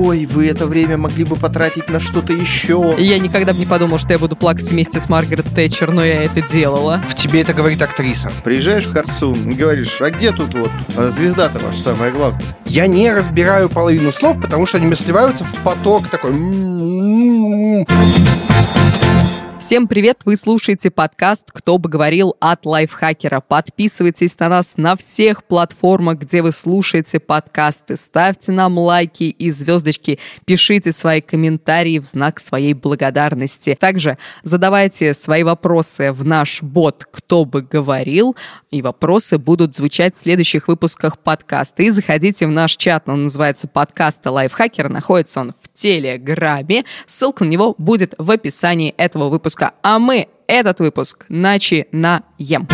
ой, вы это время могли бы потратить на что-то еще. Я никогда бы не подумал, что я буду плакать вместе с Маргарет Тэтчер, но я это делала. В тебе это говорит актриса. Приезжаешь в Корсун и говоришь, а где тут вот звезда-то ваша самая главная? Я не разбираю половину слов, потому что они мне сливаются в поток такой. Всем привет! Вы слушаете подкаст «Кто бы говорил» от Лайфхакера. Подписывайтесь на нас на всех платформах, где вы слушаете подкасты. Ставьте нам лайки и звездочки. Пишите свои комментарии в знак своей благодарности. Также задавайте свои вопросы в наш бот «Кто бы говорил». И вопросы будут звучать в следующих выпусках подкаста. И заходите в наш чат, он называется «Подкасты Лайфхакера». Находится он в Телеграме. Ссылка на него будет в описании этого выпуска. А мы этот выпуск начинаем.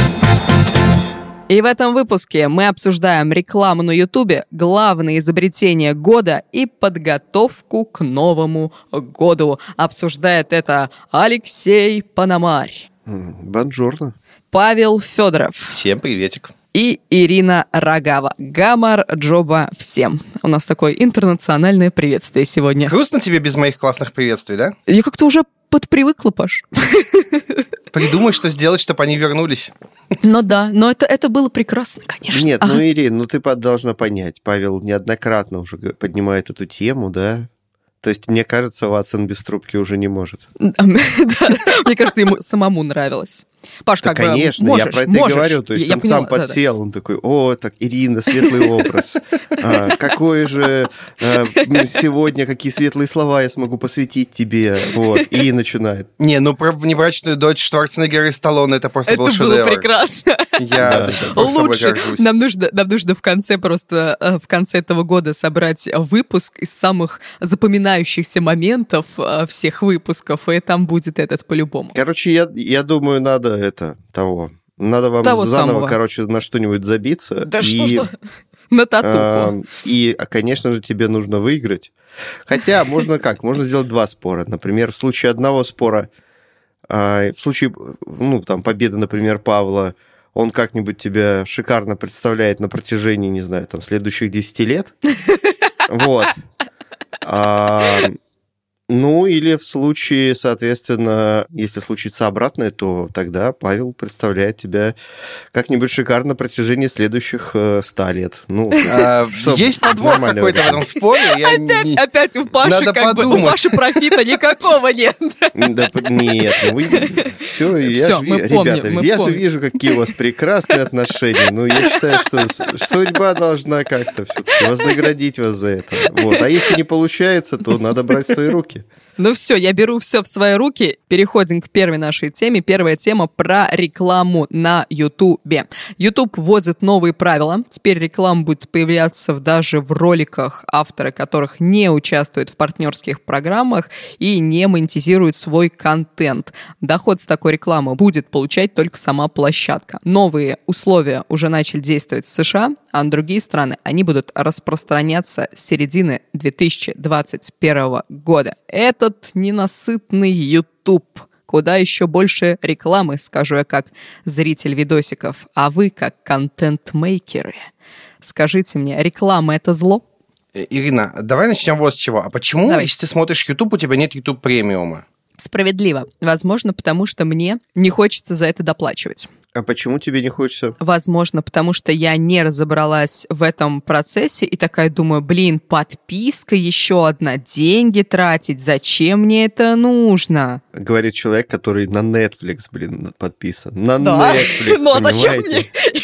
И в этом выпуске мы обсуждаем рекламу на Ютубе, главные изобретения года и подготовку к Новому году. Обсуждает это Алексей Пономарь. Бонжорно. Павел Федоров. Всем приветик. И Ирина Рогава. Гамар Джоба всем. У нас такое интернациональное приветствие сегодня. Грустно тебе без моих классных приветствий, да? Я как-то уже подпривыкла, Паш. Придумай, что сделать, чтобы они вернулись. Ну да, но это было прекрасно, конечно. Нет, Ирина, ты должна понять. Павел неоднократно уже поднимает эту тему, да? То есть, мне кажется, Ватсон без трубки уже не может. Да, мне кажется, ему самому нравилось. Паш, да, конечно, можешь, я про это и говорю. То есть он сам подсел, он такой, так, Ирина, светлый образ. Какой же сегодня, какие светлые слова я смогу посвятить тебе. Вот, и начинает. Не, про внебрачную дочь Шварценеггера и Сталлоне это просто был шедевр. Это было прекрасно. Я лучше. Нам нужно в конце этого года собрать выпуск из самых запоминающихся моментов всех выпусков, и там будет этот по-любому. Короче, я думаю, надо Надо вам заново, на что-нибудь забиться. Да что? На татуху. И, конечно же, тебе нужно выиграть. Хотя, можно сделать два спора. Например, в случае одного спора, в случае, победы, например, Павла, он как-нибудь тебя шикарно представляет на протяжении, не знаю, следующих 10 лет. Вот. Или в случае, соответственно, если случится обратное, то тогда Павел представляет тебя как-нибудь шикарно на протяжении следующих 100 лет. Есть подвох какой-то в этом споре. Опять у Паши, у Паши профита никакого нет. Да нет, все, ребята, я же вижу, какие у вас прекрасные отношения. Я считаю, что судьба должна как-то все-таки вознаградить вас за это. Вот. А если не получается, то надо брать в свои руки. Ну все, я беру все в свои руки. Переходим к первой нашей теме. Первая тема про рекламу на Ютубе. Ютуб вводит новые правила. Теперь реклама будет появляться даже в роликах, авторы которых не участвуют в партнерских программах и не монетизируют свой контент. Доход с такой рекламы будет получать только сама площадка. Новые условия уже начали действовать в США, а на другие страны они будут распространяться с середины 2021 года. Этот ненасытный YouTube. Куда еще больше рекламы, скажу я как зритель видосиков, а вы как контент-мейкеры. Скажите мне, реклама — это зло? Ирина, давай начнем вот с чего. А почему, если ты смотришь YouTube, у тебя нет YouTube премиума? Справедливо. Возможно, потому что мне не хочется за это доплачивать. А почему тебе не хочется? Возможно, потому что я не разобралась в этом процессе и такая думаю, подписка еще одна, деньги тратить, зачем мне это нужно? Говорит человек, который на Netflix, подписан. На Netflix, но зачем мне?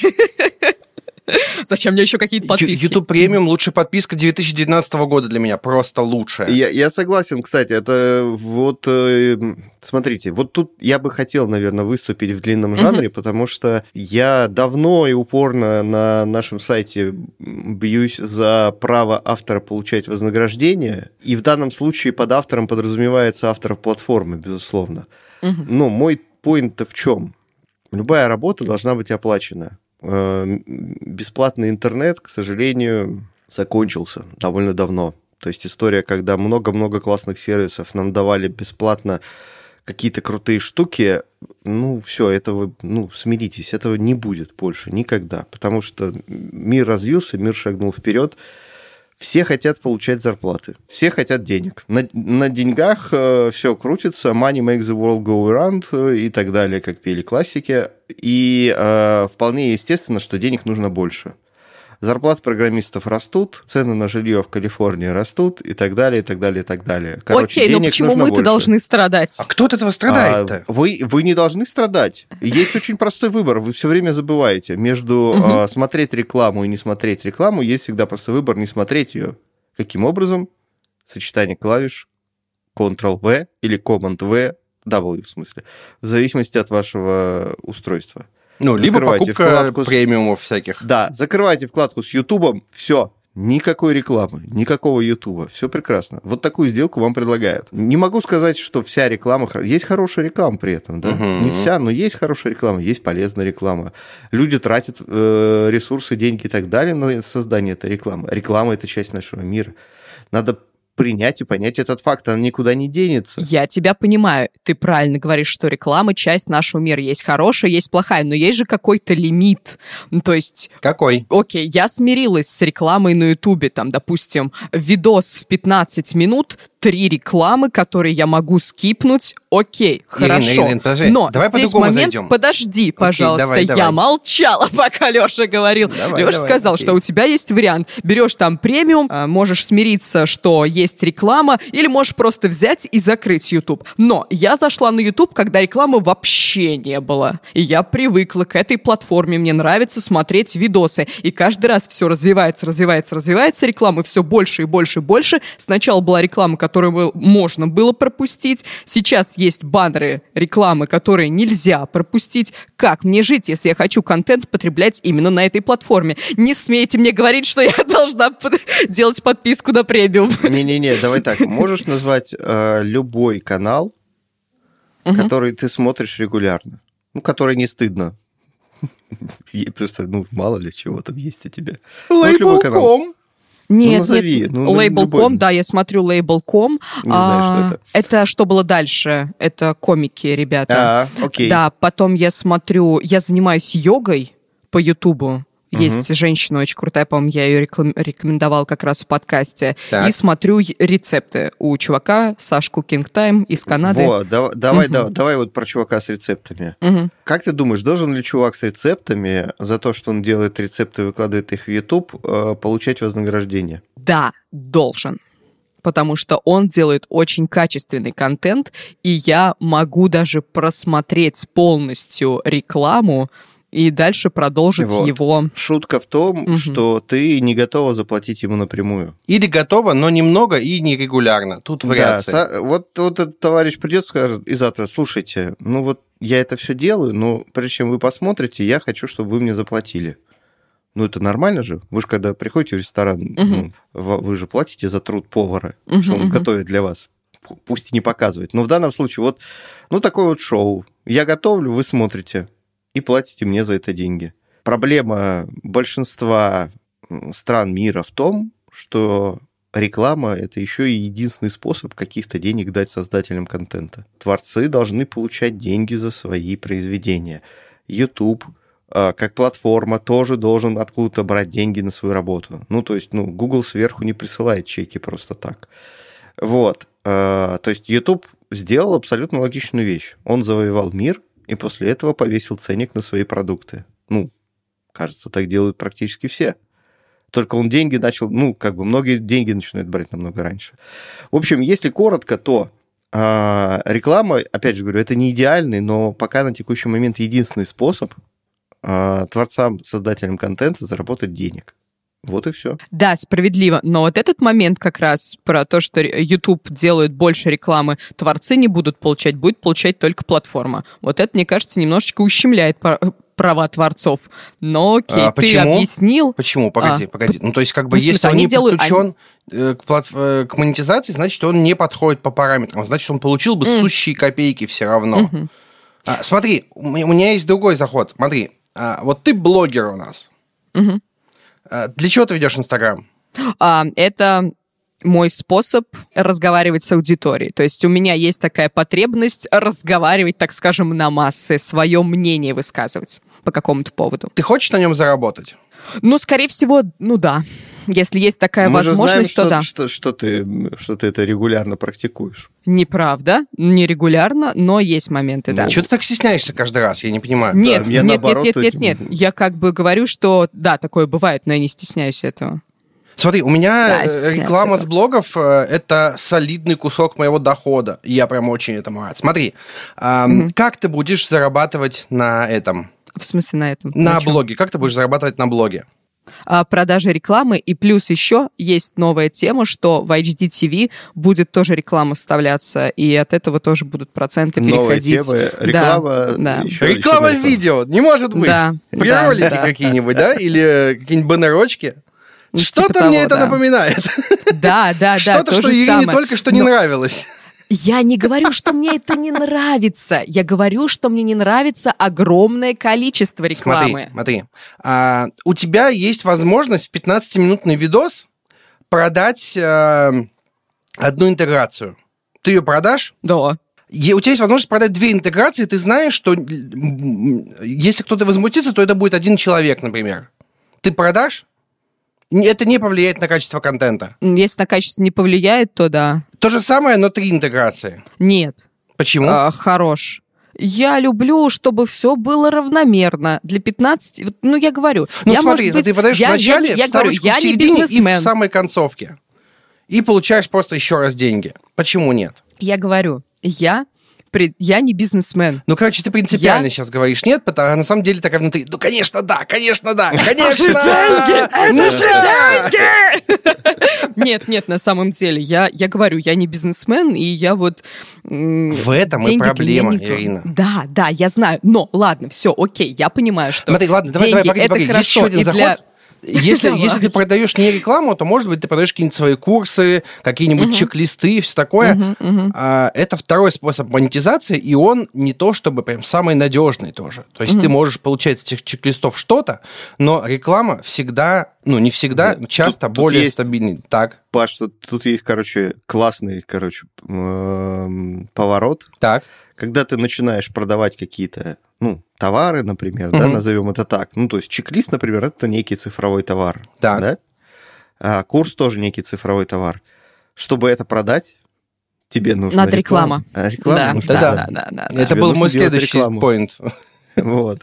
Зачем мне еще какие-то подписки? YouTube Premium лучшая подписка 2019 года для меня, просто лучшая. Я согласен, кстати, это смотрите, вот тут я бы хотел, наверное, выступить в длинном жанре, потому что я давно и упорно на нашем сайте бьюсь за право автора получать вознаграждение, и в данном случае под автором подразумевается автор платформы, безусловно. Но мой поинт-то в чем? Любая работа должна быть оплачена. Бесплатный интернет, к сожалению, закончился довольно давно. То есть история, когда много-много классных сервисов нам давали бесплатно какие-то крутые штуки, все, этого, смиритесь, этого не будет больше никогда, потому что мир развился, мир шагнул вперед, Все хотят получать зарплаты, все хотят денег. На деньгах все крутится, money makes the world go around и так далее, как пели классики. И вполне естественно, что денег нужно больше. Зарплаты программистов растут, цены на жилье в Калифорнии растут и так далее, и так далее, и так далее. Короче, окей, но почему мы-то больше. Должны страдать? А кто от этого страдает-то? Вы не должны страдать. Есть очень простой выбор, вы все время забываете. Между смотреть рекламу и не смотреть рекламу есть всегда простой выбор не смотреть ее. Каким образом? Сочетание клавиш Ctrl-V или Command-V, W в смысле, в зависимости от вашего устройства. Ну, либо покупка премиумов всяких. Да, закрывайте вкладку с Ютубом, все, никакой рекламы, никакого Ютуба, все прекрасно. Вот такую сделку вам предлагают. Не могу сказать, что вся реклама... Есть хорошая реклама при этом, да? Не вся, но есть хорошая реклама, есть полезная реклама. Люди тратят ресурсы, деньги и так далее на создание этой рекламы. Реклама – это часть нашего мира. Надо принять и понять этот факт, она никуда не денется. Я тебя понимаю. Ты правильно говоришь, что реклама — часть нашего мира. Есть хорошая, есть плохая, но есть же какой-то лимит. Ну, то есть... Какой? Окей, я смирилась с рекламой на Ютубе. Там, допустим, видос в 15 минут, 3 рекламы, которые я могу скипнуть. Окей, хорошо. Ирина, подожди. Но давай здесь момент... Зайдем. Подожди, пожалуйста. Давай. Я молчала, пока Леша говорил. Леша сказал, что у тебя есть вариант. Берешь там премиум, можешь смириться, что есть реклама, или можешь просто взять и закрыть YouTube. Но я зашла на YouTube, когда рекламы вообще не было. И я привыкла к этой платформе. Мне нравится смотреть видосы. И каждый раз все развивается. Рекламы все больше и больше и больше. Сначала была реклама, которую можно было пропустить. Сейчас есть баннеры рекламы, которые нельзя пропустить. Как мне жить, если я хочу контент потреблять именно на этой платформе? Не смейте мне говорить, что я должна делать подписку на премиум. Не-не-не, давай так. Можешь назвать любой канал, который ты смотришь регулярно, который не стыдно. Просто, мало ли чего там есть у тебя. Label.com. Нет, Label.com, да, я смотрю Label.com. Не знаю, что это. Это что было дальше? Это комики, ребята. Окей. Да, потом я занимаюсь йогой по Ютубу. Есть женщина очень крутая, по-моему, я ее рекомендовал как раз в подкасте. Так. И смотрю рецепты у чувака, Саш Cooking Time из Канады. Вот, давай вот про чувака с рецептами. Как ты думаешь, должен ли чувак с рецептами за то, что он делает рецепты и выкладывает их в YouTube, получать вознаграждение? Да, должен. Потому что он делает очень качественный контент, и я могу даже просмотреть полностью рекламу, и дальше продолжить его... Шутка в том, что ты не готова заплатить ему напрямую. Или готова, но немного и нерегулярно. Тут вариации. Да, вот этот товарищ придет, скажет, и завтра, слушайте, я это все делаю, но прежде чем вы посмотрите, я хочу, чтобы вы мне заплатили. Это нормально же. Вы же, когда приходите в ресторан, вы же платите за труд повара, что он готовит для вас. Пусть и не показывает. Но в данном случае такое вот шоу. Я готовлю, вы смотрите. И платите мне за это деньги. Проблема большинства стран мира в том, что реклама – это еще и единственный способ каких-то денег дать создателям контента. Творцы должны получать деньги за свои произведения. YouTube, как платформа, тоже должен откуда-то брать деньги на свою работу. Google сверху не присылает чеки просто так. Вот. То есть YouTube сделал абсолютно логичную вещь. Он завоевал мир, и после этого повесил ценник на свои продукты. Кажется, так делают практически все. Только он деньги начал... многие деньги начинают брать намного раньше. В общем, если коротко, то реклама, опять же говорю, это не идеальный, но пока на текущий момент единственный способ творцам, создателям контента заработать денег. Вот и все. Да, справедливо. Но вот этот момент как раз про то, что YouTube делает больше рекламы, творцы не будут получать, будет получать только платформа. Вот это, мне кажется, немножечко ущемляет права творцов. Но окей, ты объяснил... Почему? Погоди. То есть, если он не подключен к монетизации, значит, он не подходит по параметрам. Значит, он получил бы сущие копейки все равно. Смотри, у меня есть другой заход. Смотри, вот ты блогер у нас. Для чего ты ведешь Инстаграм? Это мой способ разговаривать с аудиторией. То есть у меня есть такая потребность разговаривать, так скажем, на массы, свое мнение высказывать по какому-то поводу. Ты хочешь на нем заработать? Скорее всего, да. Если есть такая возможность, то да. Что ты это регулярно практикуешь. Неправда, не регулярно, но есть моменты, да. Чего ты так стесняешься каждый раз? Я не понимаю. Нет. Я как бы говорю, что да, такое бывает, но я не стесняюсь этого. Смотри, у меня реклама с блогов – это солидный кусок моего дохода. И я прям очень этому рад. Смотри, как ты будешь зарабатывать на этом? В смысле на этом? На блоге. Как ты будешь зарабатывать на блоге? Продажи рекламы, и плюс еще есть новая тема, что в HDTV будет тоже реклама вставляться, и от этого тоже будут проценты переходить. Новая тема, реклама. Да. Реклама в видео, не может быть. Да. Ролики какие-нибудь, да? Или какие-нибудь баннерочки? Что-то типа мне это напоминает. Да. Что-то, что Ирине только что не нравилось. Я не говорю, что мне это не нравится. Я говорю, что мне не нравится огромное количество рекламы. Смотри. У тебя есть возможность в 15-минутный видос продать одну интеграцию. Ты ее продашь? Да. У тебя есть возможность продать 2 интеграции, ты знаешь, что если кто-то возмутится, то это будет 1 человек, например. Ты продашь? Это не повлияет на качество контента. Если на качество не повлияет, то да. То же самое, но 3 интеграции. Нет. Почему? Хорош. Я люблю, чтобы все было равномерно. Для 15... я говорю... Смотри, ты подаешь в начале, вставочку в середине и в самой концовке. И получаешь просто еще раз деньги. Почему нет? Я говорю, я не бизнесмен. Ты принципиально сейчас говоришь нет, а на самом деле такая внутри, конечно, да, конечно! Это же деньги! Нет, на самом деле, я говорю, я не бизнесмен, и я вот... В этом и проблема, Ирина. Да, я знаю, но ладно, все, окей, я понимаю, что деньги — это хорошо и для... Если ты продаешь не рекламу, то, может быть, ты продаешь какие-нибудь свои курсы, какие-нибудь чек-листы и все такое. Это второй способ монетизации, и он не то чтобы прям самый надежный тоже. То есть ты можешь получать из этих чек-листов что-то, но реклама всегда, не всегда, часто более стабильнее. Так. Паш, тут есть, классный, поворот. Так. Когда ты начинаешь продавать какие-то, товары, например, да, назовем это так. То есть чек-лист, например, это некий цифровой товар. Так. Да? А курс тоже некий цифровой товар. Чтобы это продать, тебе нужна реклама. Реклама? Да. Это был мой следующий поинт. Вот.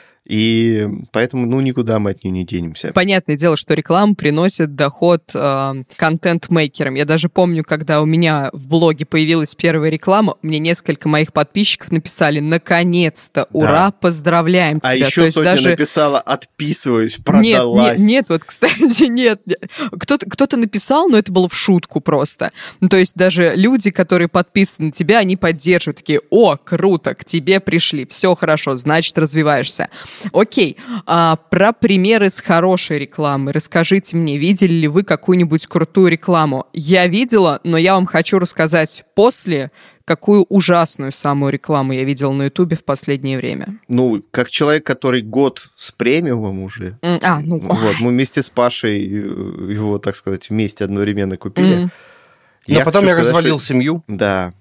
И поэтому, никуда мы от нее не денемся. Понятное дело, что реклама приносит доход контент-мейкерам. Я даже помню, когда у меня в блоге появилась первая реклама, мне несколько моих подписчиков написали: наконец-то, ура, поздравляем тебя. А еще сотня написала: отписываюсь, продалась. Нет, кстати, нет. Кто-то написал, но это было в шутку просто. То есть даже люди, которые подписаны на тебя, они поддерживают, такие: о, круто, к тебе пришли, все хорошо, значит, развиваешься. Окей, про примеры с хорошей рекламы. Расскажите мне, видели ли вы какую-нибудь крутую рекламу? Я видела, но я вам хочу рассказать после, какую ужасную самую рекламу я видел на Ютубе в последнее время. Как человек, который год с премиумом уже. Вот, мы вместе с Пашей его, так сказать, вместе одновременно купили. Но потом я развалил семью. Да.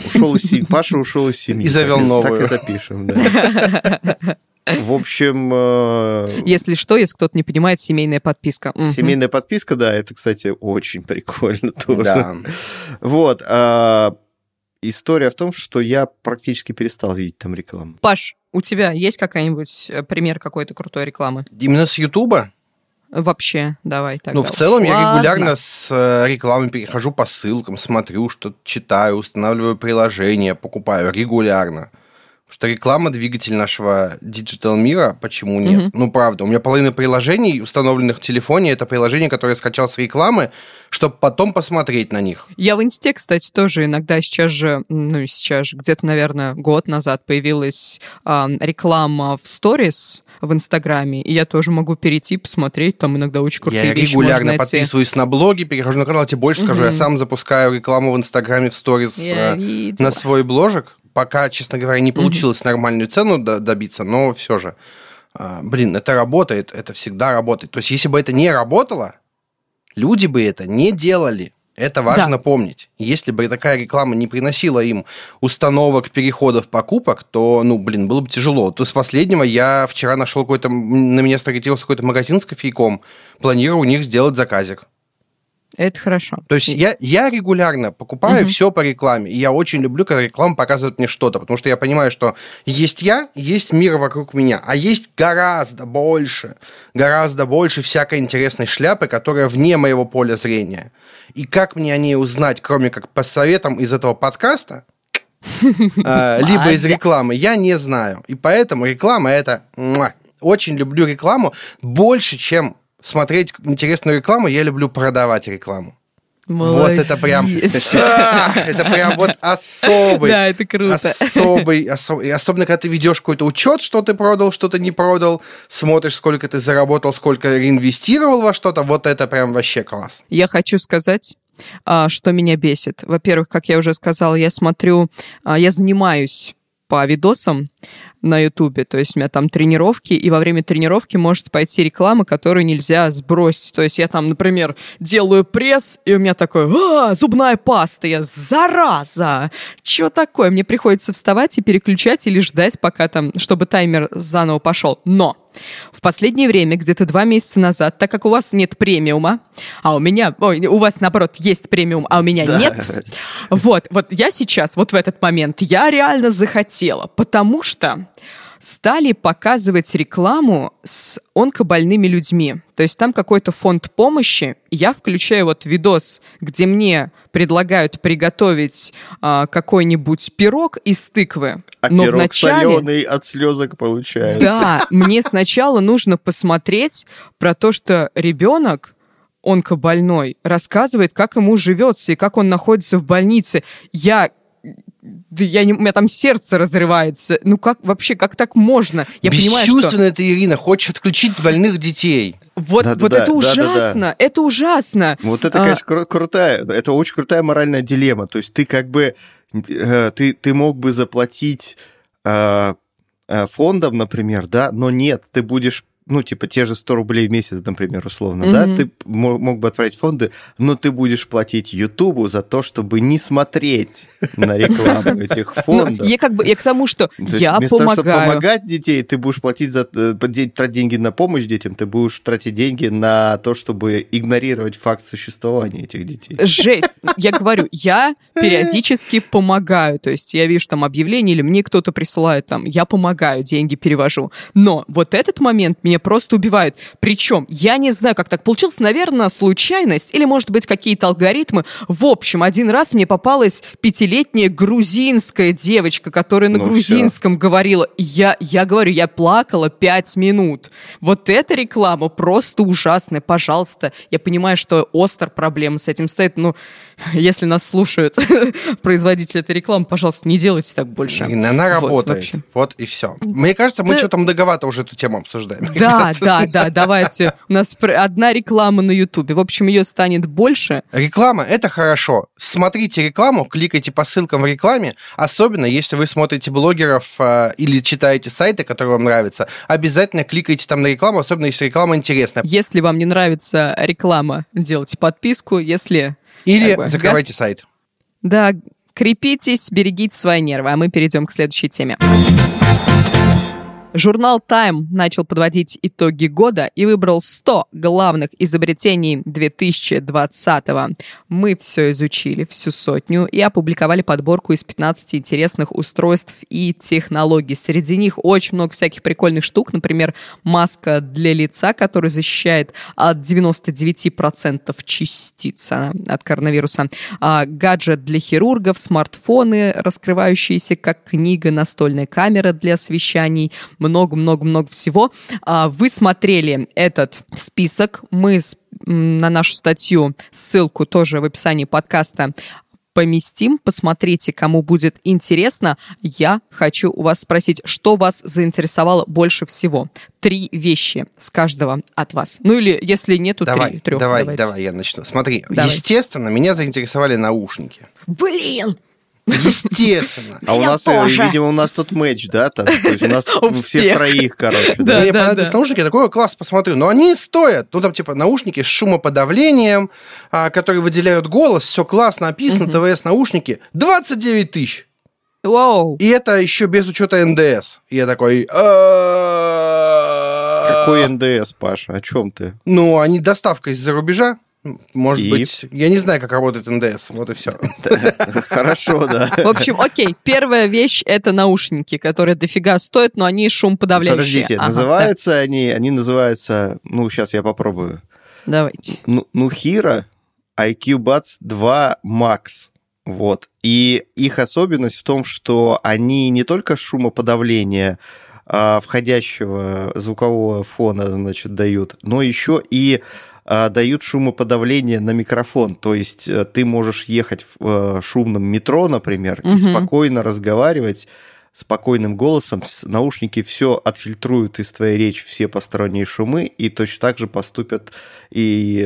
Паша ушел из семьи. И завел новую. Так и запишем, да. В общем... Если кто-то не понимает, семейная подписка. Семейная подписка, да, это, кстати, очень прикольно тоже. Да. Вот. История в том, что я практически перестал видеть там рекламу. Паш, у тебя есть какой-нибудь пример какой-то крутой рекламы? Именно с Ютуба? Вообще, давай тогда. В целом я регулярно с рекламой перехожу по ссылкам, смотрю, что-то читаю, устанавливаю приложение, покупаю регулярно. Потому что реклама — двигатель нашего диджитал-мира, почему нет? Правда, у меня половина приложений, установленных в телефоне, это приложения, которые я скачал с рекламы, чтобы потом посмотреть на них. Я в Инсте, кстати, тоже иногда сейчас же, где-то, наверное, год назад появилась реклама в сторис в Инстаграме, и я тоже могу перейти, посмотреть, там иногда очень крутые вещи можно найти. Я регулярно подписываюсь на блоги, перехожу на канал, тебе больше скажу, я сам запускаю рекламу в Инстаграме в сторис на свой бложек. Пока, честно говоря, не получилось нормальную цену добиться, но все же, это работает, это всегда работает. То есть, если бы это не работало, люди бы это не делали. Это важно помнить. Если бы такая реклама не приносила им установок, переходов, покупок, то, было бы тяжело. То с последнего я вчера нашел на меня сторгетировался какой-то магазин с кофейком, планирую у них сделать заказик. Это хорошо. То есть я регулярно покупаю все по рекламе. И я очень люблю, когда реклама показывает мне что-то, потому что я понимаю, что есть я, есть мир вокруг меня, а есть гораздо больше всякой интересной шляпы, которая вне моего поля зрения. И как мне о ней узнать, кроме как по советам из этого подкаста, либо из рекламы, я не знаю. И поэтому реклама это... Очень люблю рекламу больше, чем... смотреть интересную рекламу, я люблю продавать рекламу. Молодец. Вот это прям... Это прям вот особый... Да, это круто. Особенно, когда ты ведешь какой-то учет, что ты продал, что ты не продал, смотришь, сколько ты заработал, сколько реинвестировал во что-то, вот это прям вообще класс. Я хочу сказать, что меня бесит. Во-первых, как я уже сказала, я занимаюсь по видосам на Ютубе, то есть у меня там тренировки, и во время тренировки может пойти реклама, которую нельзя сбросить. То есть я там, например, делаю пресс, и у меня такой, зубная паста, я, зараза! Чё такое? Мне приходится вставать и переключать или ждать, пока там, чтобы таймер заново пошел. Но в последнее время, где-то 2 месяца назад, так как у вас нет премиума, у вас, наоборот, есть премиум, а у меня нет, вот я сейчас, вот в этот момент, я реально захотела, потому что стали показывать рекламу с онкобольными людьми. То есть там какой-то фонд помощи. Я включаю видос, где мне предлагают приготовить какой-нибудь пирог из тыквы. Но пирог вначале... соленый от слезок получается. Да, мне сначала нужно посмотреть про то, что ребенок онкобольной рассказывает, как ему живется и как он находится в больнице. У меня там сердце разрывается. Как так можно? Я понимаю, что... Бесчувственно ты, Ирина, хочешь отключить больных детей. Это ужасно, это ужасно. Вот это, конечно, это очень крутая моральная дилемма. То есть ты ты мог бы заплатить фондам, например, да, но нет, ты будешь те же 100 рублей в месяц, например, условно, да, ты мог бы отправить в фонды, но ты будешь платить Ютубу за то, чтобы не смотреть на рекламу этих фондов. Я к тому, что я вместо помогаю. Вместо того, чтобы помогать детей, ты будешь тратить деньги на помощь детям, ты будешь тратить деньги на то, чтобы игнорировать факт существования этих детей. Жесть. Я говорю, я периодически помогаю, то есть я вижу там объявление, или мне кто-то присылает там, я помогаю, деньги перевожу. Но вот этот момент меня просто убивают. Причем, я не знаю, как так получилось, наверное, случайность, или, может быть, какие-то алгоритмы. В общем, один раз мне попалась 5-летняя грузинская девочка, которая на грузинском говорила. Я говорю, я плакала 5 минут. Вот эта реклама просто ужасная. Пожалуйста, я понимаю, что остро проблемы с этим стоит, но если нас слушают производители этой рекламы, пожалуйста, не делайте так больше. Она работает. Вот и все. Мне кажется, мы что-то многовато уже эту тему обсуждаем. Да, давайте. У нас одна реклама на Ютубе. В общем, ее станет больше. Реклама – это хорошо. Смотрите рекламу, кликайте по ссылкам в рекламе, особенно если вы смотрите блогеров или читаете сайты, которые вам нравятся. Обязательно кликайте там на рекламу, особенно если реклама интересная. Если вам не нравится реклама, делайте подписку. Если... Или закрывайте сайт. Да, крепитесь, берегите свои нервы. А мы перейдем к следующей теме. Журнал Time начал подводить итоги года и выбрал 100 главных изобретений 2020-го. Мы все изучили, всю сотню, и опубликовали подборку из 15 интересных устройств и технологий. Среди них очень много всяких прикольных штук, например, маска для лица, которая защищает от 99% частиц от коронавируса, гаджет для хирургов, смартфоны, раскрывающиеся как книга, настольная камера для освещаний, много-много-много всего. Вы смотрели этот список. Мы на нашу статью, ссылку тоже в описании подкаста, поместим. Посмотрите, кому будет интересно. Я хочу у вас спросить, что вас заинтересовало больше всего? 3 вещи с каждого от вас. Или если нету 3. Давай, я начну. Смотри, естественно, меня заинтересовали наушники. Блин! Естественно. А у нас, видимо, у нас тут матч, да? То есть у нас у всех троих, короче. Да, мне понадобились наушники, такой класс посмотрю. Но они стоят. Ну, там, типа, наушники с шумоподавлением, которые выделяют голос, все классно описано, ТВС-наушники. 29 тысяч. Вау. И это еще без учета НДС. И я такой... Какой НДС, Паша? О чем ты? Ну, они доставка из-за рубежа. Может быть, я не знаю, как работает НДС, вот и все. Хорошо, да. В общем, окей, первая вещь — это наушники, которые дофига стоят, но они шумоподавляющие. Подождите, называются они называются, ну, сейчас я попробую. Давайте. Nuheara IQ Buds 2 Max. Вот. И их особенность в том, что они не только шумоподавление входящего звукового фона, значит, дают, но еще и дают шумоподавление на микрофон. То есть ты можешь ехать в шумном метро, например, и спокойно разговаривать спокойным голосом. Наушники все отфильтруют из твоей речи, все посторонние шумы, и точно так же поступят и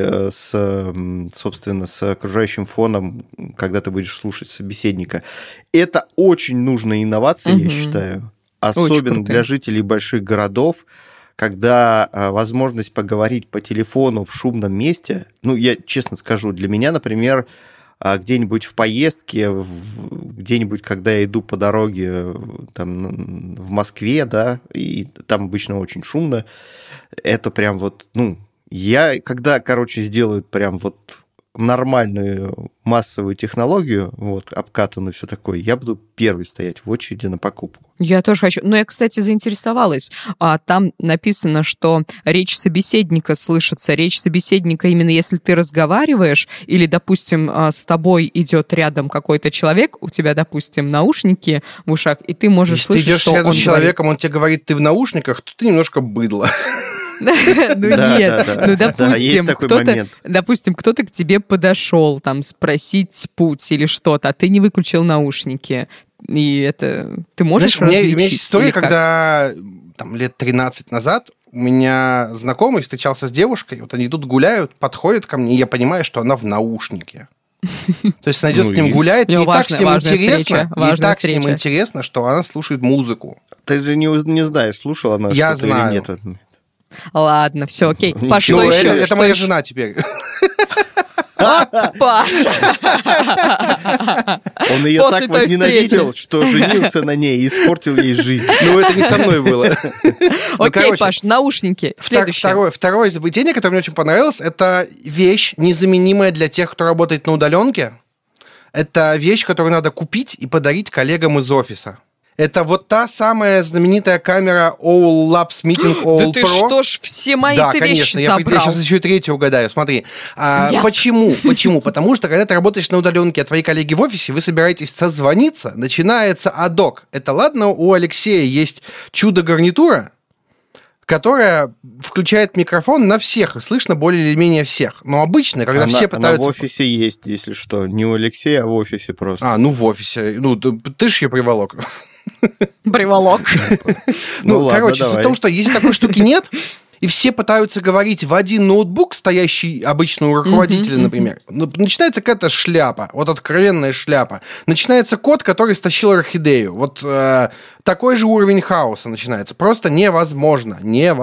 собственно, с окружающим фоном, когда ты будешь слушать собеседника. Это очень нужная инновация, я считаю. Особенно для жителей больших городов, когда возможность поговорить по телефону в шумном месте, ну, я честно скажу, для меня, например, где-нибудь в поездке, где-нибудь, когда я иду по дороге там, в Москве, да, и там обычно очень шумно, это прям вот, ну, когда, короче, сделают прям вот нормальную массовую технологию, вот, обкатанную, все такое, я буду первый стоять в очереди на покупку. Я тоже хочу. Но я, кстати, заинтересовалась. Там написано, что речь собеседника слышится. Речь собеседника именно если ты разговариваешь, или, допустим, с тобой идет рядом какой-то человек, у тебя, допустим, наушники в ушах, и ты можешь слышать, что он говорит. Если ты идешь рядом с человеком, он тебе говорит, ты в наушниках, то ты немножко быдло. Ну нет, ну допустим, кто-то к тебе подошел, там, спросить путь или что-то, а ты не выключил наушники, и это ты можешь различить? У меня есть история, когда там, лет 13 назад у меня знакомый встречался с девушкой, вот они тут гуляют, подходят ко мне, и я понимаю, что она в наушнике. То есть она идет с ним гуляет, и так с ним интересно, что она слушает музыку. Ты же не знаешь, слушала она что-то или нет. Ладно, все, окей. Паш, что еще? Это моя жена теперь. Паша! Он ее так возненавидел, что женился на ней и испортил ей жизнь. Ну, это не со мной было. Окей, Паш, наушники. Следующее. Второе изобретение, которое мне очень понравилось, это вещь, незаменимая для тех, кто работает на удаленке. Это вещь, которую надо купить и подарить коллегам из офиса. Это вот та самая знаменитая камера All Labs Meeting All Pro. Да ты что ж, все мои вещи собрал. Я сейчас еще и третью угадаю. Смотри. Почему? Потому что, когда ты работаешь на удаленке, а твои коллеги в офисе, вы собираетесь созвониться, начинается адок. Это ладно, у Алексея есть чудо-гарнитура, которая включает микрофон на всех, и слышно более или менее всех. Но обычно, когда все пытаются... Она в офисе есть, если что. Не у Алексея, а в офисе просто. В офисе. Ну, ты ж ее приволок. Приволок. Короче, суть в том, что если такой штуки нет, и все пытаются говорить в один ноутбук, стоящий обычно у руководителя, например, начинается какая-то шляпа, вот откровенная шляпа. Начинается код, который стащил орхидею. Вот такой же уровень хаоса начинается. Просто невозможно.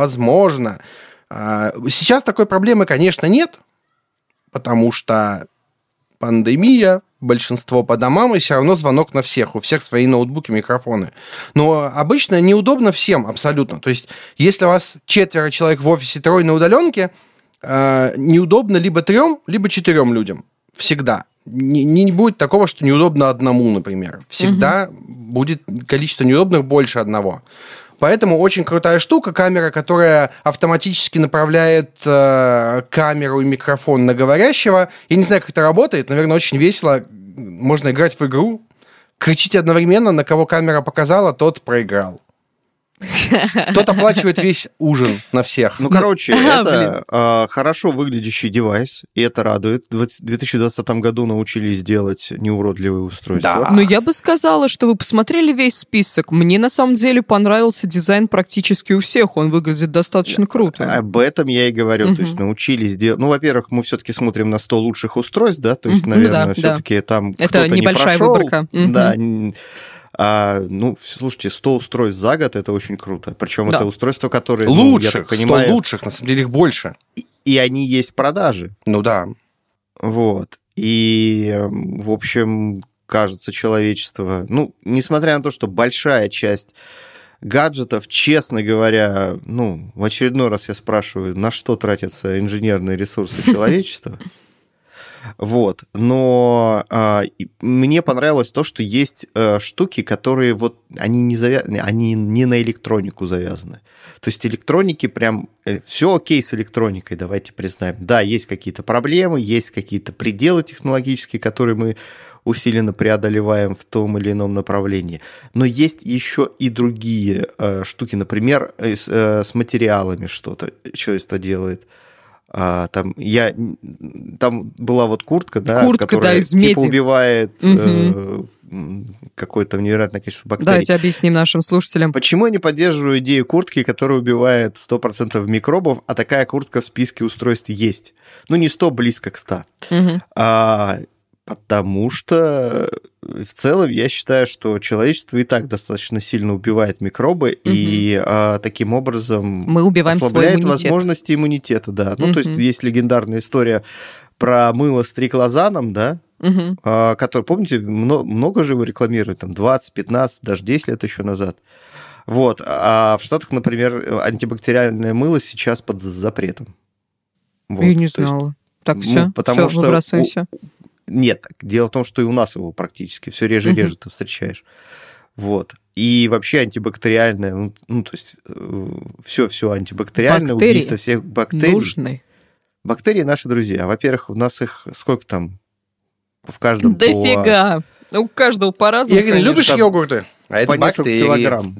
Сейчас такой проблемы, конечно, нет, потому что пандемия, большинство по домам, и все равно звонок на всех. У всех свои ноутбуки, микрофоны. Но обычно неудобно всем абсолютно. То есть, если у вас 4 человек в офисе, 3 на удаленке, неудобно либо 3, либо 4 людям. Всегда. Не будет такого, что неудобно одному, например. Всегда будет количество неудобных больше одного. Поэтому очень крутая штука, камера, которая автоматически направляет камеру и микрофон на говорящего. Я не знаю, как это работает, наверное, очень весело. Можно играть в игру, кричите одновременно, на кого камера показала, тот проиграл. Тот оплачивает весь ужин на всех. Ну, короче, это хорошо выглядящий девайс, и это радует. В 2020 году научились делать неуродливые устройства. Да. Но я бы сказала, что вы посмотрели весь список. Мне на самом деле понравился дизайн практически у всех. Он выглядит достаточно круто. Об этом я и говорю. То есть научились делать... Ну, во-первых, мы все-таки смотрим на 100 лучших устройств, да? То есть, наверное, все-таки там кто-то не прошел. Это небольшая выборка. Да. Слушайте, 100 устройств за год, это очень круто. Причем это устройства, которые... Лучших, я так понимаю, 100 лучших, на самом деле их больше. И они есть в продаже. Ну да. Вот. И, в общем, кажется, человечество... несмотря на то, что большая часть гаджетов, честно говоря, в очередной раз я спрашиваю, на что тратятся инженерные ресурсы человечества. Вот. Но мне понравилось то, что есть штуки, которые они не на электронику завязаны. То есть электроники прям... Все окей с электроникой, давайте признаем. Да, есть какие-то проблемы, есть какие-то пределы технологические, которые мы усиленно преодолеваем в том или ином направлении. Но есть еще и другие штуки. Например, с материалами что-то человечество делает. Там была куртка, которая из меди. Убивает какое-то невероятное количество бактерий. Давайте объясним нашим слушателям. Почему я не поддерживаю идею куртки, которая убивает 100% микробов, а такая куртка в списке устройств есть? Не 100, близко к 100. Потому что в целом я считаю, что человечество и так достаточно сильно убивает микробы, и таким образом мы убиваем ослабляет возможности иммунитета. Да. То есть есть легендарная история про мыло с триклозаном, да, который, помните, много же его рекламируют, там 20, 15, даже 10 лет еще назад. Вот. А в Штатах, например, антибактериальное мыло сейчас под запретом. Вот. Я не знала. Так, все, выбрасываем все. Нет, дело в том, что и у нас его практически все реже и реже ты встречаешь. Вот. И вообще антибактериальное, то есть все антибактериальное, убийство всех бактерий. Нужны. Бактерии наши друзья. Во-первых, у нас их сколько там в каждом дофига. У каждого по-разному. Ирина, любишь йогурты? А это бактерии. Килограмм.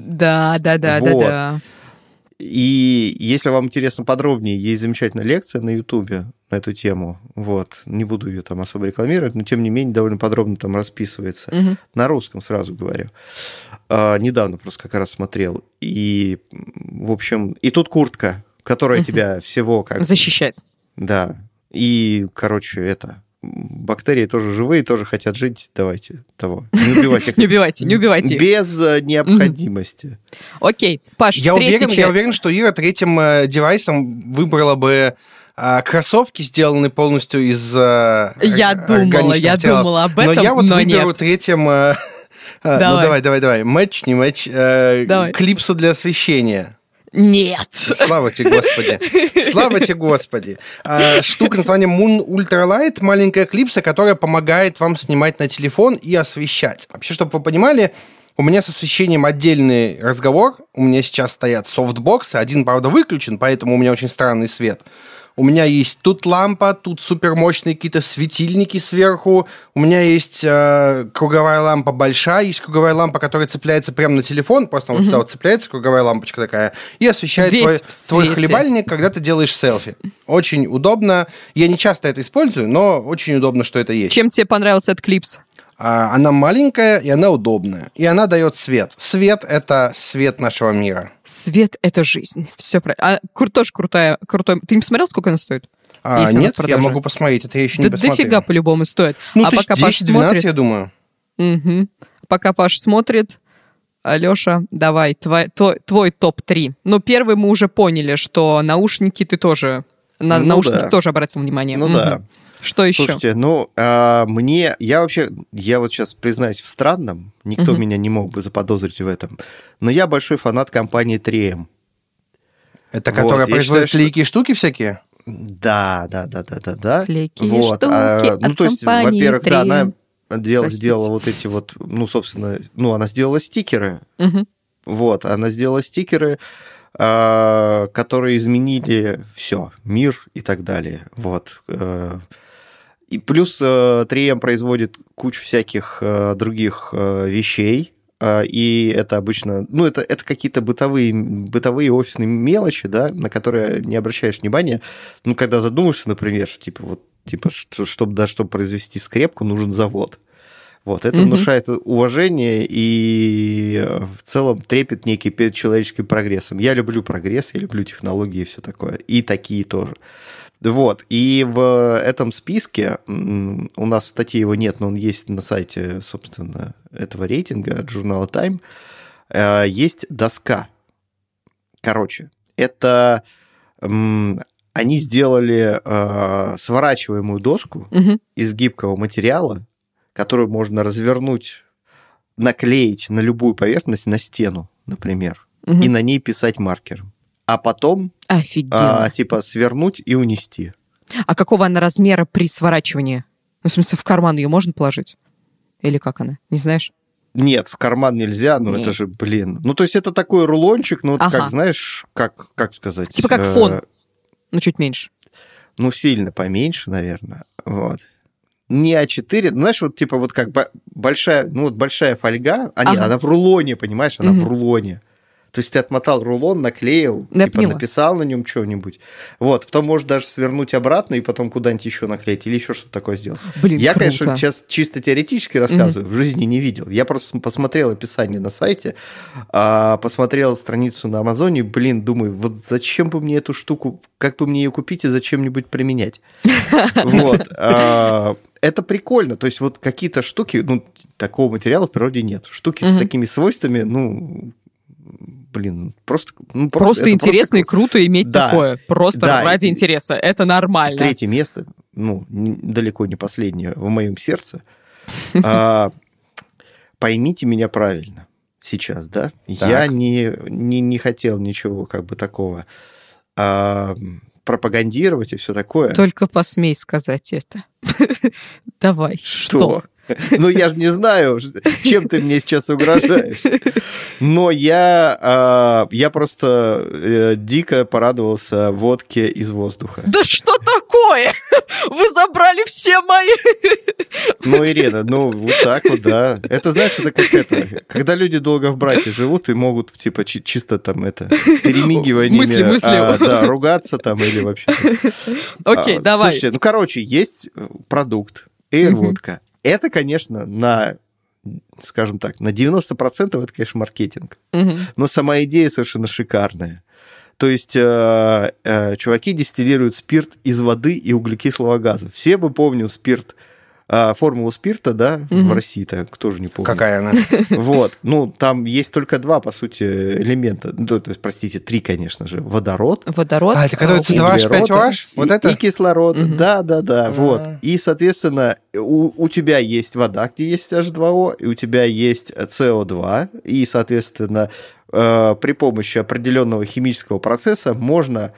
Да. И если вам интересно подробнее, есть замечательная лекция на Ютубе на эту тему. Вот. Не буду ее там особо рекламировать, но тем не менее довольно подробно там расписывается. На русском, сразу говорю. Недавно просто как раз смотрел. И, в общем, и тут куртка, которая тебя всего как... защищает. Да. И, короче, бактерии тоже живые, тоже хотят жить. Давайте того. Не убивайте их. Не убивайте. Без необходимости. Окей. Паш, я уверен, что Ира третьим девайсом выбрала бы кроссовки, сделанные полностью из органического тела. Я думала об этом, но я выберу нет. Третьим... Давай. Матч, не матч. Клипсу для освещения. Нет. Слава тебе, Господи. Штука названием Moon Ultralight, маленькая клипса, которая помогает вам снимать на телефон и освещать. Вообще, чтобы вы понимали, у меня с освещением отдельный разговор. У меня сейчас стоят софтбоксы. Один, правда, выключен, поэтому у меня очень странный свет. У меня есть тут лампа, тут супермощные какие-то светильники сверху. У меня есть круговая лампа большая, есть круговая лампа, которая цепляется прямо на телефон. Просто вот сюда вот цепляется круговая лампочка такая и освещает твой хлебальник, когда ты делаешь селфи. Очень удобно. Я не часто это использую, но очень удобно, что это есть. Чем тебе понравился этот клипс? Она маленькая, и она удобная. И она дает свет. Свет – это свет нашего мира. Свет – это жизнь. Все правильно. Тоже крутой. Ты не посмотрел, сколько она стоит? Нет, я могу посмотреть. Это я еще не посмотрел. Дофига по-любому стоит. Пока 10-12, я думаю. Пока Паш смотрит, Леша, давай, твой топ-3. Первый мы уже поняли, что наушники ты тоже... На наушники тоже обратил внимание. Да. Что еще? Слушайте, я вот сейчас признаюсь в странном, никто меня не мог бы заподозрить в этом, но я большой фанат компании 3M. Это которая производит клейки и штуки всякие? Да. Клейки и штуки от то есть, компании во-первых, 3M. да, она сделала вот эти вот, собственно, она сделала стикеры. Вот, она сделала стикеры, которые изменили все, мир и так далее. Вот. И плюс 3M производит кучу всяких других вещей, и это обычно, ну, это какие-то бытовые офисные мелочи, да, на которые не обращаешь внимания. Ну, когда задумаешься, например, чтобы произвести скрепку, нужен завод. Вот, это внушает уважение и в целом трепет некий перед человеческим прогрессом. Я люблю прогресс, я люблю технологии и все такое. И такие тоже. Вот, и в этом списке, у нас в статье его нет, но он есть на сайте, собственно, этого рейтинга от журнала Time, есть доска. Короче, это они сделали сворачиваемую доску из гибкого материала, которую можно развернуть, наклеить на любую поверхность, на стену, например, и на ней писать маркером. А потом свернуть и унести. А какого она размера при сворачивании? Ну, в смысле, в карман ее можно положить? Или как она? Не знаешь? Нет, в карман нельзя, но это же, Ну, то есть это такой рулончик, ну, как, знаешь, как сказать? Типа как фон, но чуть меньше. Ну, сильно поменьше, наверное, вот. Не А4, знаешь, вот типа вот как большая фольга, она в рулоне, понимаешь, она в рулоне. То есть ты отмотал рулон, наклеил, написал на нем что-нибудь. Вот, потом можешь даже свернуть обратно и потом куда-нибудь еще наклеить или еще что-то такое сделать. Я, конечно, сейчас чисто теоретически рассказываю, в жизни не видел. Я просто посмотрел описание на сайте, посмотрел страницу на Амазоне, думаю, вот зачем бы мне эту штуку, как бы мне ее купить и зачем-нибудь применять. Вот. Это прикольно. То есть вот какие-то штуки, такого материала в природе нет. Штуки с такими свойствами, просто интересно и круто иметь такое. Просто ради интереса. Это нормально. Третье место, далеко не последнее в моем сердце. Поймите меня правильно сейчас, да? Так. Я не хотел ничего как бы такого пропагандировать и все такое. Только посмей сказать это. Давай. Что? Ну, я же не знаю, чем ты мне сейчас угрожаешь. Но я просто дико порадовался водке из воздуха. Да что такое? Вы забрали все мои... Ну, Ирина, вот так вот, да. Это, знаешь, это как это, когда люди долго в браке живут и могут, типа, чисто там перемигиваниями, ругаться там или вообще... Окей, давай. Слушайте, есть продукт, эйр-водка. Это, конечно, скажем так, на 90% это, конечно, маркетинг. Но сама идея совершенно шикарная. То есть чуваки дистиллируют спирт из воды и углекислого газа. Все мы помним формулу спирта, да, в России-то, кто же не помнит. Какая она? Вот, там есть только два, по сути, элемента. То есть, простите, три, конечно же. Водород. Это который C2H5OH? Вот это? И кислород. Да. Вот. И, соответственно, у тебя есть вода, где есть H2O, и у тебя есть CO2, и, соответственно, при помощи определенного химического процесса можно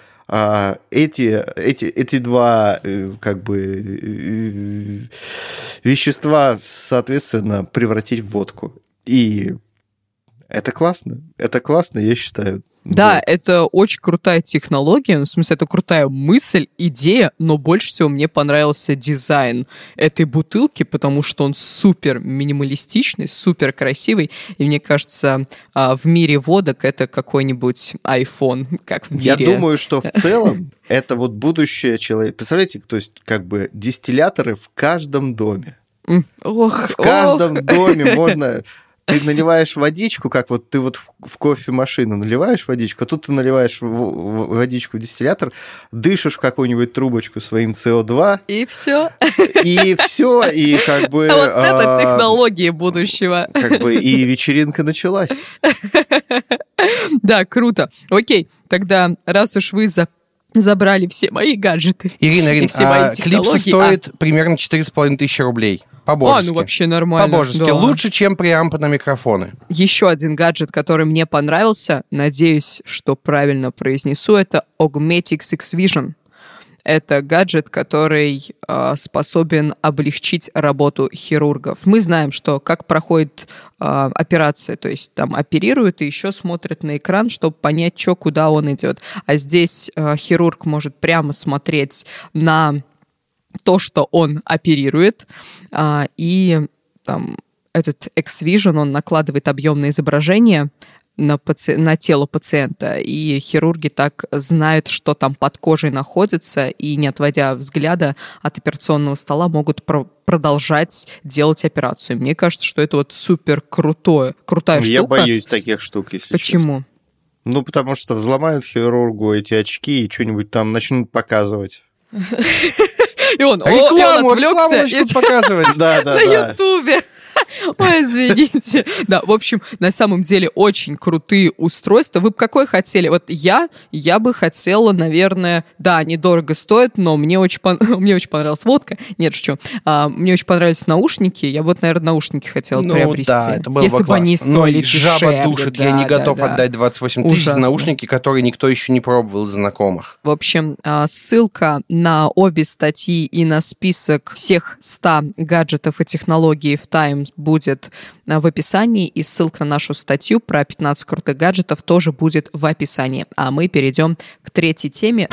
эти два как бы вещества, соответственно, превратить в водку. И это классно, я считаю. Да, вот. Это очень крутая технология, в смысле, это крутая мысль, идея, но больше всего мне понравился дизайн этой бутылки, потому что он супер минималистичный, супер красивый, и мне кажется, в мире водок это какой-нибудь iPhone, как в мире. Я думаю, что в целом это вот будущее человека. Представляете, то есть как бы дистилляторы в каждом доме. В каждом доме можно... Ты наливаешь водичку, как вот ты вот в кофемашину наливаешь водичку, а тут ты наливаешь водичку в дистиллятор, дышишь в какую-нибудь трубочку своим CO2. И все. И все, и как бы... Вот это технологии будущего. Как бы и вечеринка началась. Да, круто. Окей, тогда раз уж вы забрали все мои гаджеты. Ирина, клипсы стоят примерно 4500 рублей. По-божески. Ну вообще нормально. По-божески. Да. Лучше, чем преампы на микрофоны. Еще один гаджет, который мне понравился, надеюсь, что правильно произнесу, это Augmetics X-Vision. Это гаджет, который способен облегчить работу хирургов. Мы знаем, что как проходит операция, то есть там оперируют и еще смотрят на экран, чтобы понять, что, куда он идет. А здесь хирург может прямо смотреть на то, что он оперирует, и там этот X-Vision, он накладывает объемное изображение на тело пациента, и хирурги так знают, что там под кожей находится, и, не отводя взгляда от операционного стола, могут продолжать делать операцию. Мне кажется, что это вот супер крутая штука. Я боюсь таких штук, если Почему? честно. Ну, потому что взломают хирургу эти очки и что-нибудь там начнут показывать. И он отвлекся. Начнут показывать. На Ютубе. Ой, извините. Да, в общем, на самом деле очень крутые устройства. Вы бы какое хотели? Вот я бы хотела, наверное, да, они дорого стоят, но мне очень понравилась водка. Нет, что? Мне очень понравились наушники. Я бы, вот, наверное, наушники хотела приобрести. Да, это было бы классно. Но жаба душит. Я не готов отдать 28 тысяч за наушники, которые никто еще не пробовал из знакомых. В общем, ссылка на обе статьи и на список всех 100 гаджетов и технологий в Time будет в описании, и ссылка на нашу статью про 15 крутых гаджетов тоже будет в описании. А мы перейдем к третьей теме.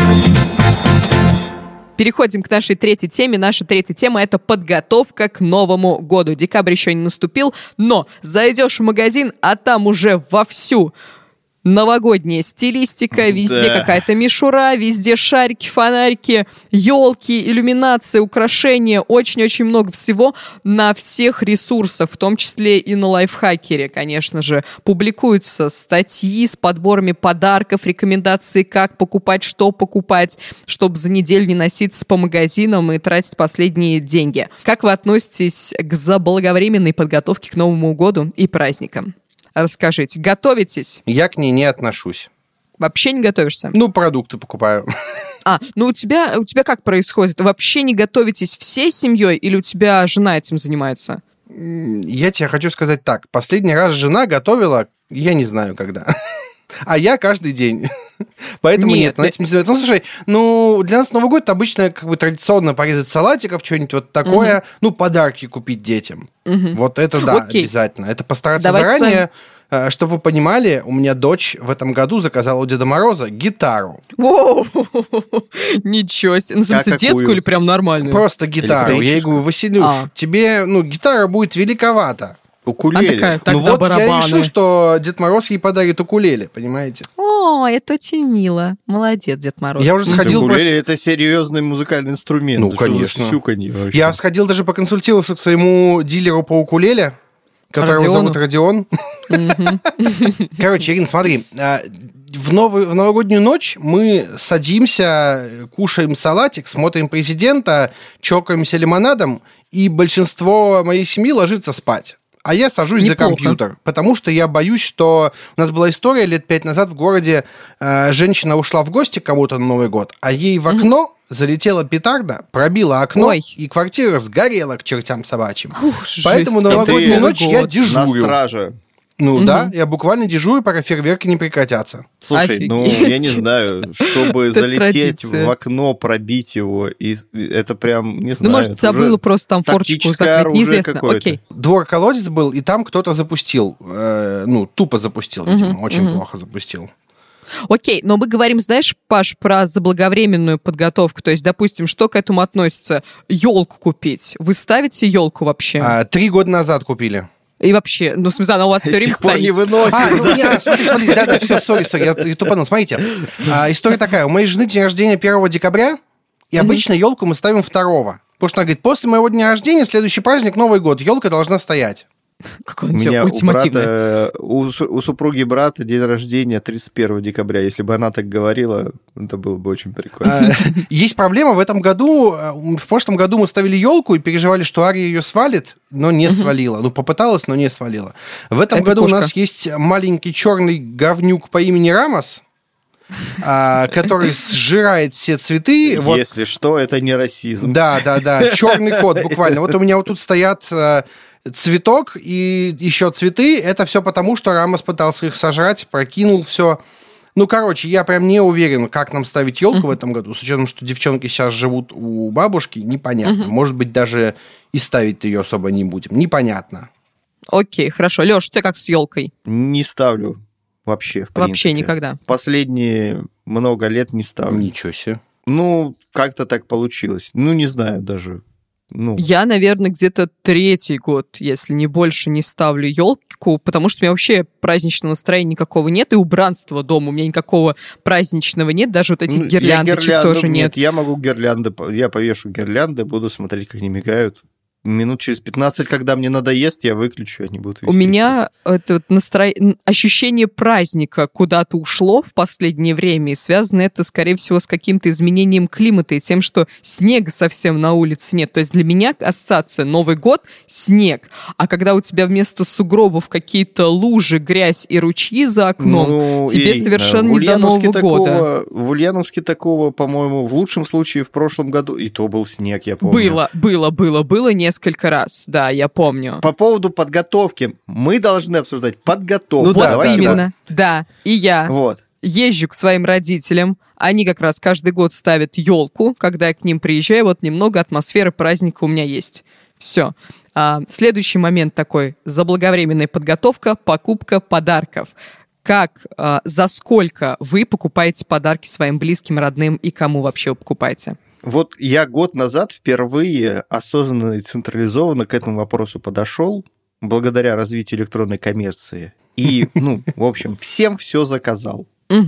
Переходим к нашей третьей теме. Наша третья тема – это подготовка к Новому году. Декабрь еще не наступил, но зайдешь в магазин, а там уже вовсю новогодняя стилистика, везде какая-то мишура, везде шарики, фонарики, елки, иллюминации, украшения, очень-очень много всего на всех ресурсах, в том числе и на Лайфхакере, конечно же. Публикуются статьи с подборами подарков, рекомендации, как покупать, что покупать, чтобы за неделю не носиться по магазинам и тратить последние деньги. Как вы относитесь к заблаговременной подготовке к Новому году и праздникам? Расскажите, готовитесь? Я к ней не отношусь. Вообще не готовишься? Ну, продукты покупаю. Ну у тебя как происходит? Вы вообще не готовитесь всей семьей или у тебя жена этим занимается? Я тебе хочу сказать так. Последний раз жена готовила, я не знаю когда. А я каждый день. Поэтому нет, она этим не занимается. Ну, слушай, для нас Новый год обычно как бы традиционно порезать салатиков, что-нибудь вот такое, подарки купить детям. Вот это да, обязательно. Это постараться заранее. Чтобы вы понимали, у меня дочь в этом году заказала у Деда Мороза гитару. Воу! Ничего себе. Ну, в смысле, детскую или прям нормальную? Просто гитару. Я ей говорю, Василюш, тебе, гитара будет великовата. Укулеле. Я решил, что Дед Мороз ей подарит укулеле, понимаете? О, это очень мило. Молодец, Дед Мороз. Я уже сходил... Укулеле это серьезный музыкальный инструмент. Ну, конечно. Я сходил даже поконсультироваться к своему дилеру по укулеле, которого зовут Родион. Короче, Ирина, смотри, в новогоднюю ночь мы садимся, кушаем салатик, смотрим «Президента», чокаемся лимонадом, и большинство моей семьи ложится спать. А я сажусь за компьютер, потому что я боюсь, что... У нас была история лет 5 назад в городе, женщина ушла в гости к кому-то на Новый год, а ей в окно залетела петарда, пробила окно, и квартира сгорела к чертям собачьим. Поэтому на новогоднюю ночь я дежурю. На страже. Да, я буквально дежурю, пока фейерверки не прекратятся. Слушай, я не знаю, чтобы залететь в окно, пробить его, и это прям, не знаю. Может, забыла просто там форточку закрыть, неизвестно. Окей. Двор-колодец был, и там кто-то запустил, тупо запустил, видимо, очень плохо запустил. Окей, но мы говорим, знаешь, Паш, про заблаговременную подготовку. То есть, допустим, что к этому относится? Елку купить. Вы ставите елку вообще? 3 года назад купили. И вообще, в смысле, она у вас все время стоит. Не выносит. Смотри, да, все, сори, я тупанул. Смотрите, история такая. У моей жены день рождения 1 декабря, и обычно елку мы ставим 2. Потому что она говорит, после моего дня рождения, следующий праздник, Новый год, елка должна стоять. Какой он ультимативный. У супруги брата день рождения 31 декабря. Если бы она так говорила, это было бы очень прикольно. Есть проблема в этом году. В прошлом году мы ставили елку и переживали, что Ария ее свалит, но не свалила. Попыталась, но не свалила. В этом году у нас есть маленький черный говнюк по имени Рамос, который сжирает все цветы. Если что, это не расизм. Да, черный кот буквально. Вот у меня вот тут стоят... цветок и еще цветы, это все потому, что Рамос пытался их сожрать, прокинул все. Я прям не уверен, как нам ставить елку в этом году, с учетом, что девчонки сейчас живут у бабушки, непонятно. Может быть, даже и ставить ее особо не будем. Непонятно. Окей, хорошо. Лёш, у тебя как с елкой? Не ставлю вообще, в принципе. Вообще никогда? Последние много лет не ставлю. Ничего себе. Как-то так получилось. Не знаю даже. Я, наверное, где-то 3-й год, если не больше, не ставлю елку, потому что у меня вообще праздничного настроения никакого нет, и убранства дома у меня никакого праздничного нет, даже вот этих гирляндочек тоже нет. Я могу гирлянды, я повешу гирлянды, буду смотреть, как они мигают. Минут через 15, когда мне надоест, я выключу, они будут висеть. У меня это вот ощущение праздника куда-то ушло в последнее время, и связано это, скорее всего, с каким-то изменением климата и тем, что снега совсем на улице нет. То есть для меня ассоциация Новый год — снег. А когда у тебя вместо сугробов какие-то лужи, грязь и ручьи за окном, тебе совершенно не до Нового года. В Ульяновске такого, по-моему, в лучшем случае в прошлом году, и то был снег, я помню. Было несколько раз, да, я помню. По поводу подготовки. Мы должны обсуждать подготовку. Вот именно, да. И я вот езжу к своим родителям. Они как раз каждый год ставят елку. Когда я к ним приезжаю, вот немного атмосферы праздника у меня есть. Все. Следующий момент такой. Заблаговременная подготовка, покупка подарков. Как, за сколько вы покупаете подарки своим близким, родным и кому вообще вы покупаете? Вот я год назад впервые осознанно и централизованно к этому вопросу подошел, благодаря развитию электронной коммерции. И, в общем, всем все заказал.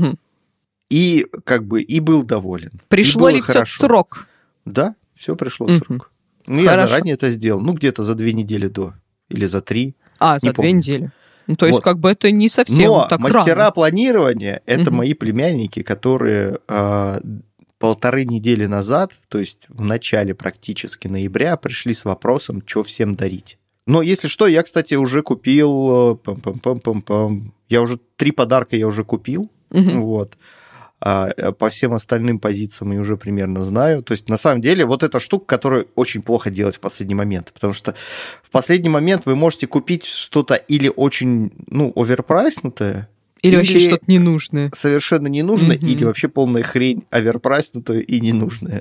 И и был доволен. Пришло ли все в срок? Да, все пришло в срок. Я заранее это сделал. Где-то за 2 недели до. Или за 3. За 2 недели. То есть, это не совсем так рано. Но мастера планирования — это мои племянники, которые 1,5 недели назад, то есть в начале практически ноября, пришли с вопросом, что всем дарить. Но если что, я, кстати, уже купил... Я уже 3 подарка я уже купил. Вот. По всем остальным позициям я уже примерно знаю. То есть, на самом деле, вот эта штука, которую очень плохо делать в последний момент. Потому что в последний момент вы можете купить что-то или очень, оверпрайснутое, или вообще что-то ненужное. Совершенно ненужное, или вообще полная хрень, оверпрайснутая и ненужная.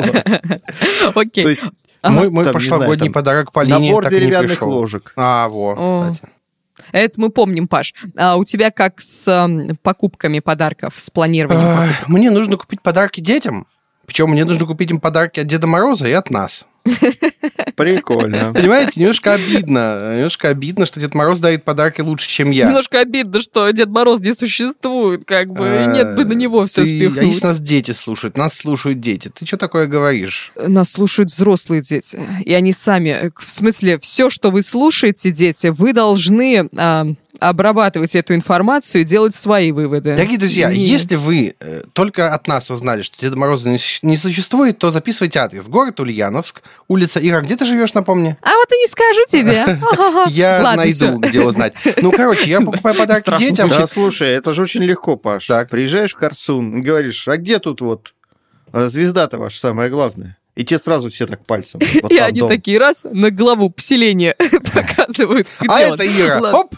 Окей. Мой прошлогодний подарок Полине набор так и не деревянных пришел. ложек. Кстати. Это мы помним, Паш. А у тебя как с покупками подарков, с планированием покупок? Мне нужно купить подарки детям. Причем мне нужно купить им подарки от Деда Мороза и от нас. Прикольно. Понимаете, немножко обидно, что Дед Мороз дарит подарки лучше, чем я. Немножко обидно, что Дед Мороз не существует, нет бы на него все спихнуть. А если нас дети слушают? Нас слушают дети. Ты что такое говоришь? Нас слушают взрослые дети. И они сами... В смысле, все, что вы слушаете, дети, вы должны... обрабатывать эту информацию и делать свои выводы. Дорогие друзья, если вы только от нас узнали, что Деда Мороза не существует, то записывайте адрес. Город Ульяновск, улица Ира. Где ты живешь, напомни? А вот и не скажу тебе. Я найду, где узнать. Я покупаю подарки детям. Да, слушай, это же очень легко, Паш. Приезжаешь в Корсун и говоришь, а где тут звезда-то ваша самая главная? И те сразу все так пальцем. И они такие раз на главу поселения показывают. А это Ира. Оп!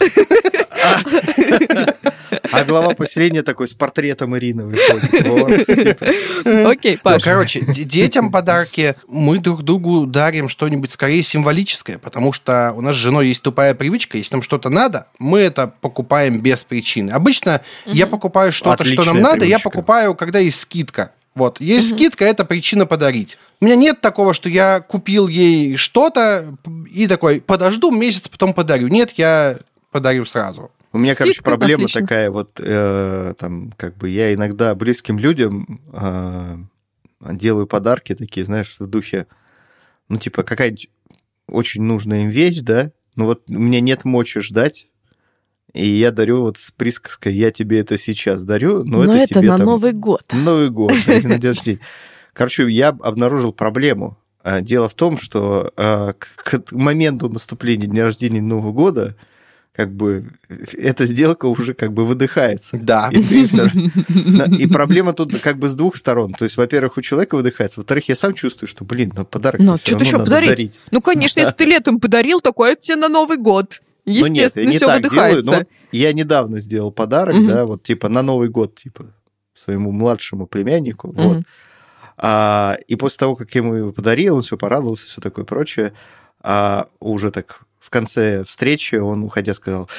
А глава поселения такой с портретом Ирины выходит. Окей, Паш. Детям подарки. Мы друг другу дарим что-нибудь скорее символическое, потому что у нас с женой есть тупая привычка, если нам что-то надо, мы это покупаем без причины. Обычно я покупаю что-то, что нам надо, я покупаю, когда есть скидка. Есть скидка, это причина подарить. У меня нет такого, что я купил ей что-то и такой, подожду месяц, потом подарю. Нет, я подарю сразу. У меня, проблема такая, я иногда близким людям делаю подарки такие, знаешь, в духе, какая-нибудь очень нужная им вещь, да, у меня нет мочи ждать, и я дарю с присказкой, я тебе это сейчас дарю, но это тебе на Новый год. Новый год, на день рождения. Я обнаружил проблему. Дело в том, что к моменту наступления дня рождения Нового года эта сделка уже выдыхается. Да. И проблема тут с 2 сторон. То есть, во-первых, у человека выдыхается, во-вторых, я сам чувствую, что, подарок что-то еще подарить. Конечно, если ты летом подарил, такое это тебе на Новый год. Естественно, все выдыхается. Я недавно сделал подарок, на Новый год, своему младшему племяннику. И после того, как я ему его подарил, он все порадовался, все такое прочее, уже так в конце встречи он, уходя, сказал,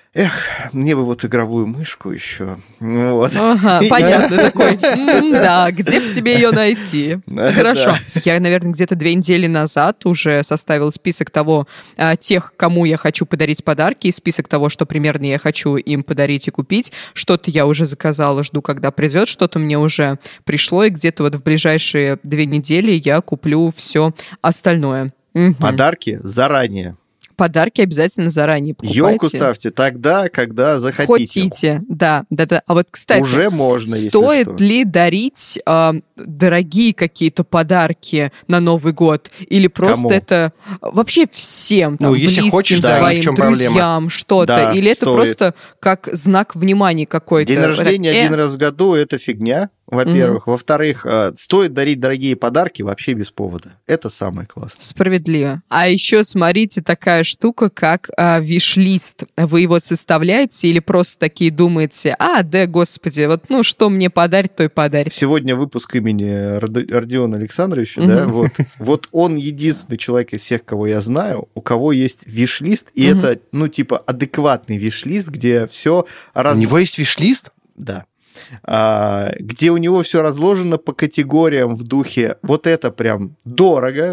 мне бы вот игровую мышку еще. Вот. Ага, понятно, такой, да, где бы тебе ее найти? Хорошо. Я, наверное, где-то 2 недели назад уже составила список того, тех, кому я хочу подарить подарки, и список того, что примерно я хочу им подарить и купить. Что-то я уже заказала, жду, когда придет, что-то мне уже пришло, и где-то вот в ближайшие 2 недели я куплю все остальное. Подарки заранее. Подарки обязательно заранее покупайте. Ёлку ставьте тогда, когда захотите. Хотите, да. А вот, кстати, уже можно, стоит ли дарить дорогие какие-то подарки на Новый год? Или просто Кому? Это вообще всем, там, если близким, хочешь, своим друзьям, что-то? Да, или это стоит. просто как знак внимания какой-то? День рождения один раз в году – это фигня, во-первых. Во-вторых, стоит дарить дорогие подарки вообще без повода. Это самое классное. Справедливо. А еще, смотрите, такая штука, как виш-лист. Вы его составляете или просто такие думаете, да, господи, вот, что мне подарить, то и подарить. Сегодня выпуск имени Родиона Александровича, да, вот он единственный человек из всех, кого я знаю, у кого есть виш-лист, и это, адекватный виш-лист, где все... У него есть виш-лист? Да. Где у него все разложено по категориям в духе вот это прям дорого,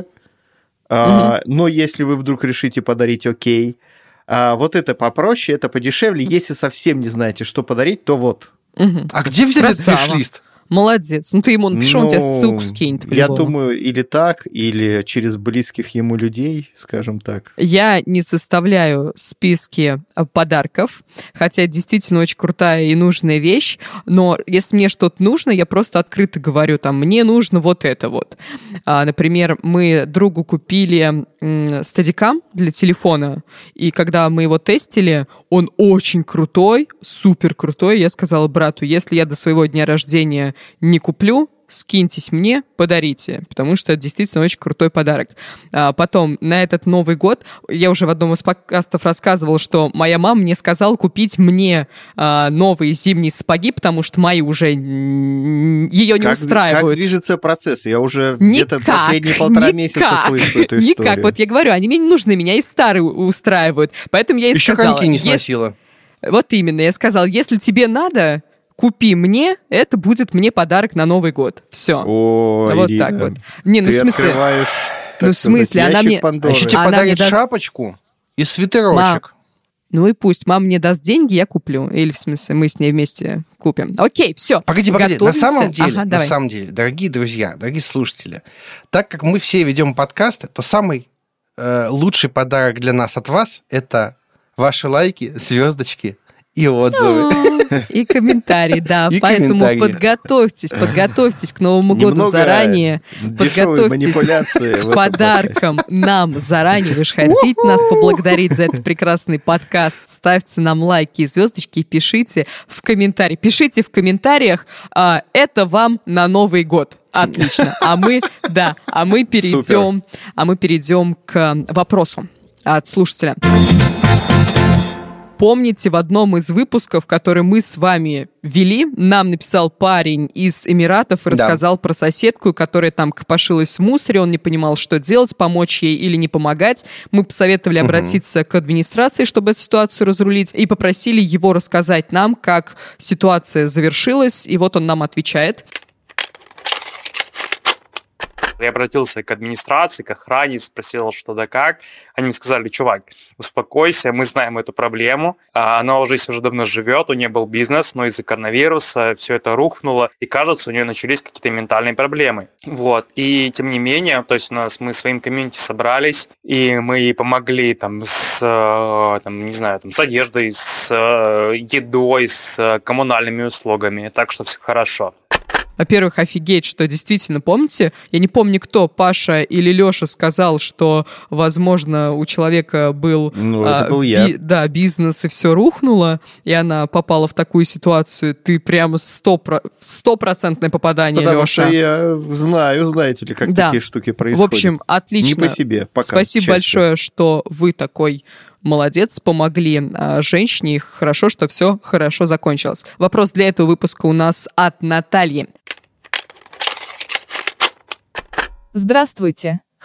но если вы вдруг решите подарить, окей, вот это попроще, это подешевле, если совсем не знаете, что подарить, то вот. А где взять этот виш-лист? Молодец. Ты ему напиши, он тебе ссылку скинет. Я думаю, или так, или через близких ему людей, скажем так. Я не составляю списки подарков, хотя это действительно очень крутая и нужная вещь, но если мне что-то нужно, я просто открыто говорю, мне нужно вот это вот. Например, мы другу купили стадикам для телефона, и когда мы его тестили, он очень крутой, супер крутой. Я сказала брату, если я до своего дня рождения не куплю, скиньтесь мне, подарите, потому что это действительно очень крутой подарок. Потом, на этот Новый год, я уже в одном из подкастов рассказывала, что моя мама мне сказала купить мне новые зимние сапоги, потому что мои уже ее не устраивают. Как движется процесс? Я уже где-то последние 1,5 месяца слышу эту историю. Никак. Вот я говорю, они мне не нужны, меня и старые устраивают. Поэтому я и сказала... Еще коньки не сносила. Вот именно, я сказала, если тебе надо... Купи мне, это будет мне подарок на Новый год. Все. Вот Ирина, так вот. Не, ты в смысле... открываешь, в смысле, она мне... А еще тебе подарит шапочку и свитерочек. И пусть. Мама мне даст деньги, я куплю. Или, в смысле, мы с ней вместе купим. Окей, все. Погоди. На самом деле, дорогие друзья, дорогие слушатели, так как мы все ведем подкасты, то самый лучший подарок для нас от вас – это ваши лайки, звездочки и отзывы. И комментарии, да. Поэтому подготовьтесь к Новому году заранее. Подготовьтесь к подаркам нам заранее. Вы же хотите нас поблагодарить за этот прекрасный подкаст. Ставьте нам лайки и звездочки и пишите в комментарии. Пишите в комментариях, это вам на Новый год. Отлично. А мы перейдем к вопросу от слушателя. Помните, в одном из выпусков, который мы с вами вели, нам написал парень из Эмиратов и рассказал про соседку, которая там копошилась в мусоре, он не понимал, что делать, помочь ей или не помогать. Мы посоветовали обратиться к администрации, чтобы эту ситуацию разрулить, и попросили его рассказать нам, как ситуация завершилась, и вот он нам отвечает. Я обратился к администрации, к охране, спросил, что да как. Они мне сказали, чувак, успокойся, мы знаем эту проблему. Она уже здесь уже давно живет, у нее был бизнес, но из-за коронавируса все это рухнуло. И кажется, у нее начались какие-то ментальные проблемы. Вот. И тем не менее, то есть мы своим комьюнити собрались, и мы ей помогли с одеждой, с едой, с коммунальными услугами. Так что все хорошо. Во-первых, офигеть, что действительно, помните, я не помню кто, Паша или Леша сказал, что, возможно, у человека был, это был я. Бизнес, и все рухнуло, и она попала в такую ситуацию. Ты прямо 100% попадание, Потому Леша. Потому что я знаю, знаете ли, как такие штуки происходят. В общем, отлично. Не по себе, пока. Спасибо большое, что вы такой... Молодец, помогли женщине, хорошо, что все хорошо закончилось. Вопрос для этого выпуска у нас от Натальи. Здравствуйте.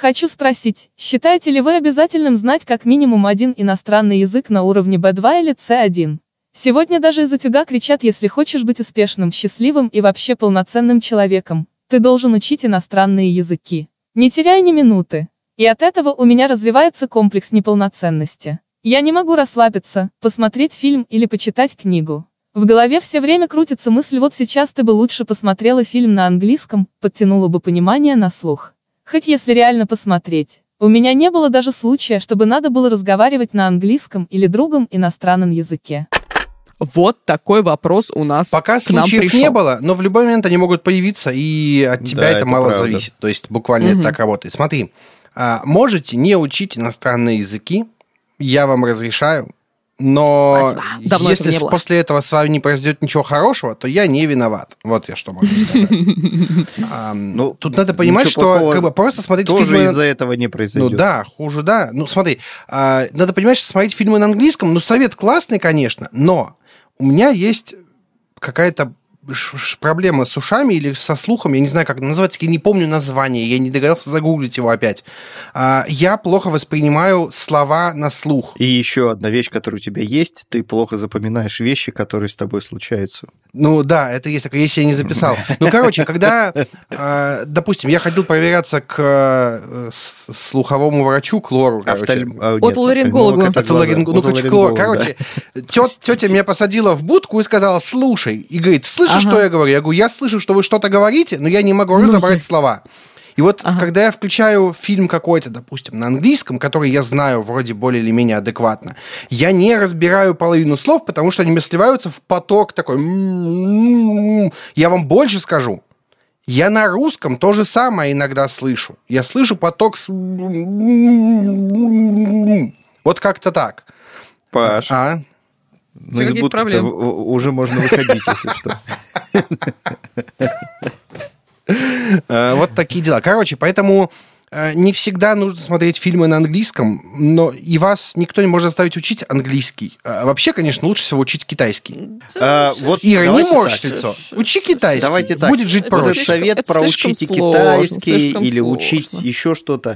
Хочу спросить, считаете ли вы обязательным знать как минимум один иностранный язык на уровне B2 или C1? Сегодня даже из утюга кричат, если хочешь быть успешным, счастливым и вообще полноценным человеком, ты должен учить иностранные языки. Не теряй ни минуты. И от этого у меня развивается комплекс неполноценности. Я не могу расслабиться, посмотреть фильм или почитать книгу. В голове все время крутится мысль: вот сейчас ты бы лучше посмотрела фильм на английском, подтянула бы понимание на слух. Хоть если реально посмотреть. У меня не было даже случая, чтобы надо было разговаривать на английском или другом иностранном языке. Вот такой вопрос у нас пока к нам случаев пришел. не было, но в любой момент они могут появиться, и от тебя это мало правда. зависит. То есть буквально это так работает. Смотри, можете не учить иностранные языки, я вам разрешаю, но если после этого с вами не произойдет ничего хорошего, то я не виноват. Вот я что могу сказать. Тут надо понимать, что просто смотреть фильмы... Тоже из-за этого не произойдет. Ну да, хуже, да. Ну смотри, надо понимать, что смотреть фильмы на английском, совет классный, конечно, но у меня есть какая-то проблема с ушами или со слухом, я не знаю, как это называется, я не помню название, я не догадался загуглить его опять. Я плохо воспринимаю слова на слух. И еще одна вещь, которая у тебя есть, ты плохо запоминаешь вещи, которые с тобой случаются. Ну да, это есть такое, если я не записал. Короче, когда, допустим, я ходил проверяться к слуховому врачу, к лору, отоларингологу. К лору. Короче, тетя меня посадила в будку и сказала: слушай, и говорит: слышишь, что я говорю? Я говорю: я слышу, что вы что-то говорите, но я не могу разобрать слова. И вот когда я включаю фильм какой-то, допустим, на английском, который я знаю вроде более или менее адекватно, я не разбираю половину слов, потому что они мне сливаются в поток такой. Я вам больше скажу. Я на русском то же самое иногда слышу. Я слышу поток с... Вот как-то так. Паш. Ну, из будки уже можно выходить, если что. Вот такие дела. Короче, поэтому не всегда нужно смотреть фильмы на английском, но и вас никто не может заставить учить английский. Вообще, конечно, лучше всего учить китайский. Ира, не морщи лицо. Учи китайский. Давайте так. Будет жить проще. Этот совет про учите китайский или учить еще что-то.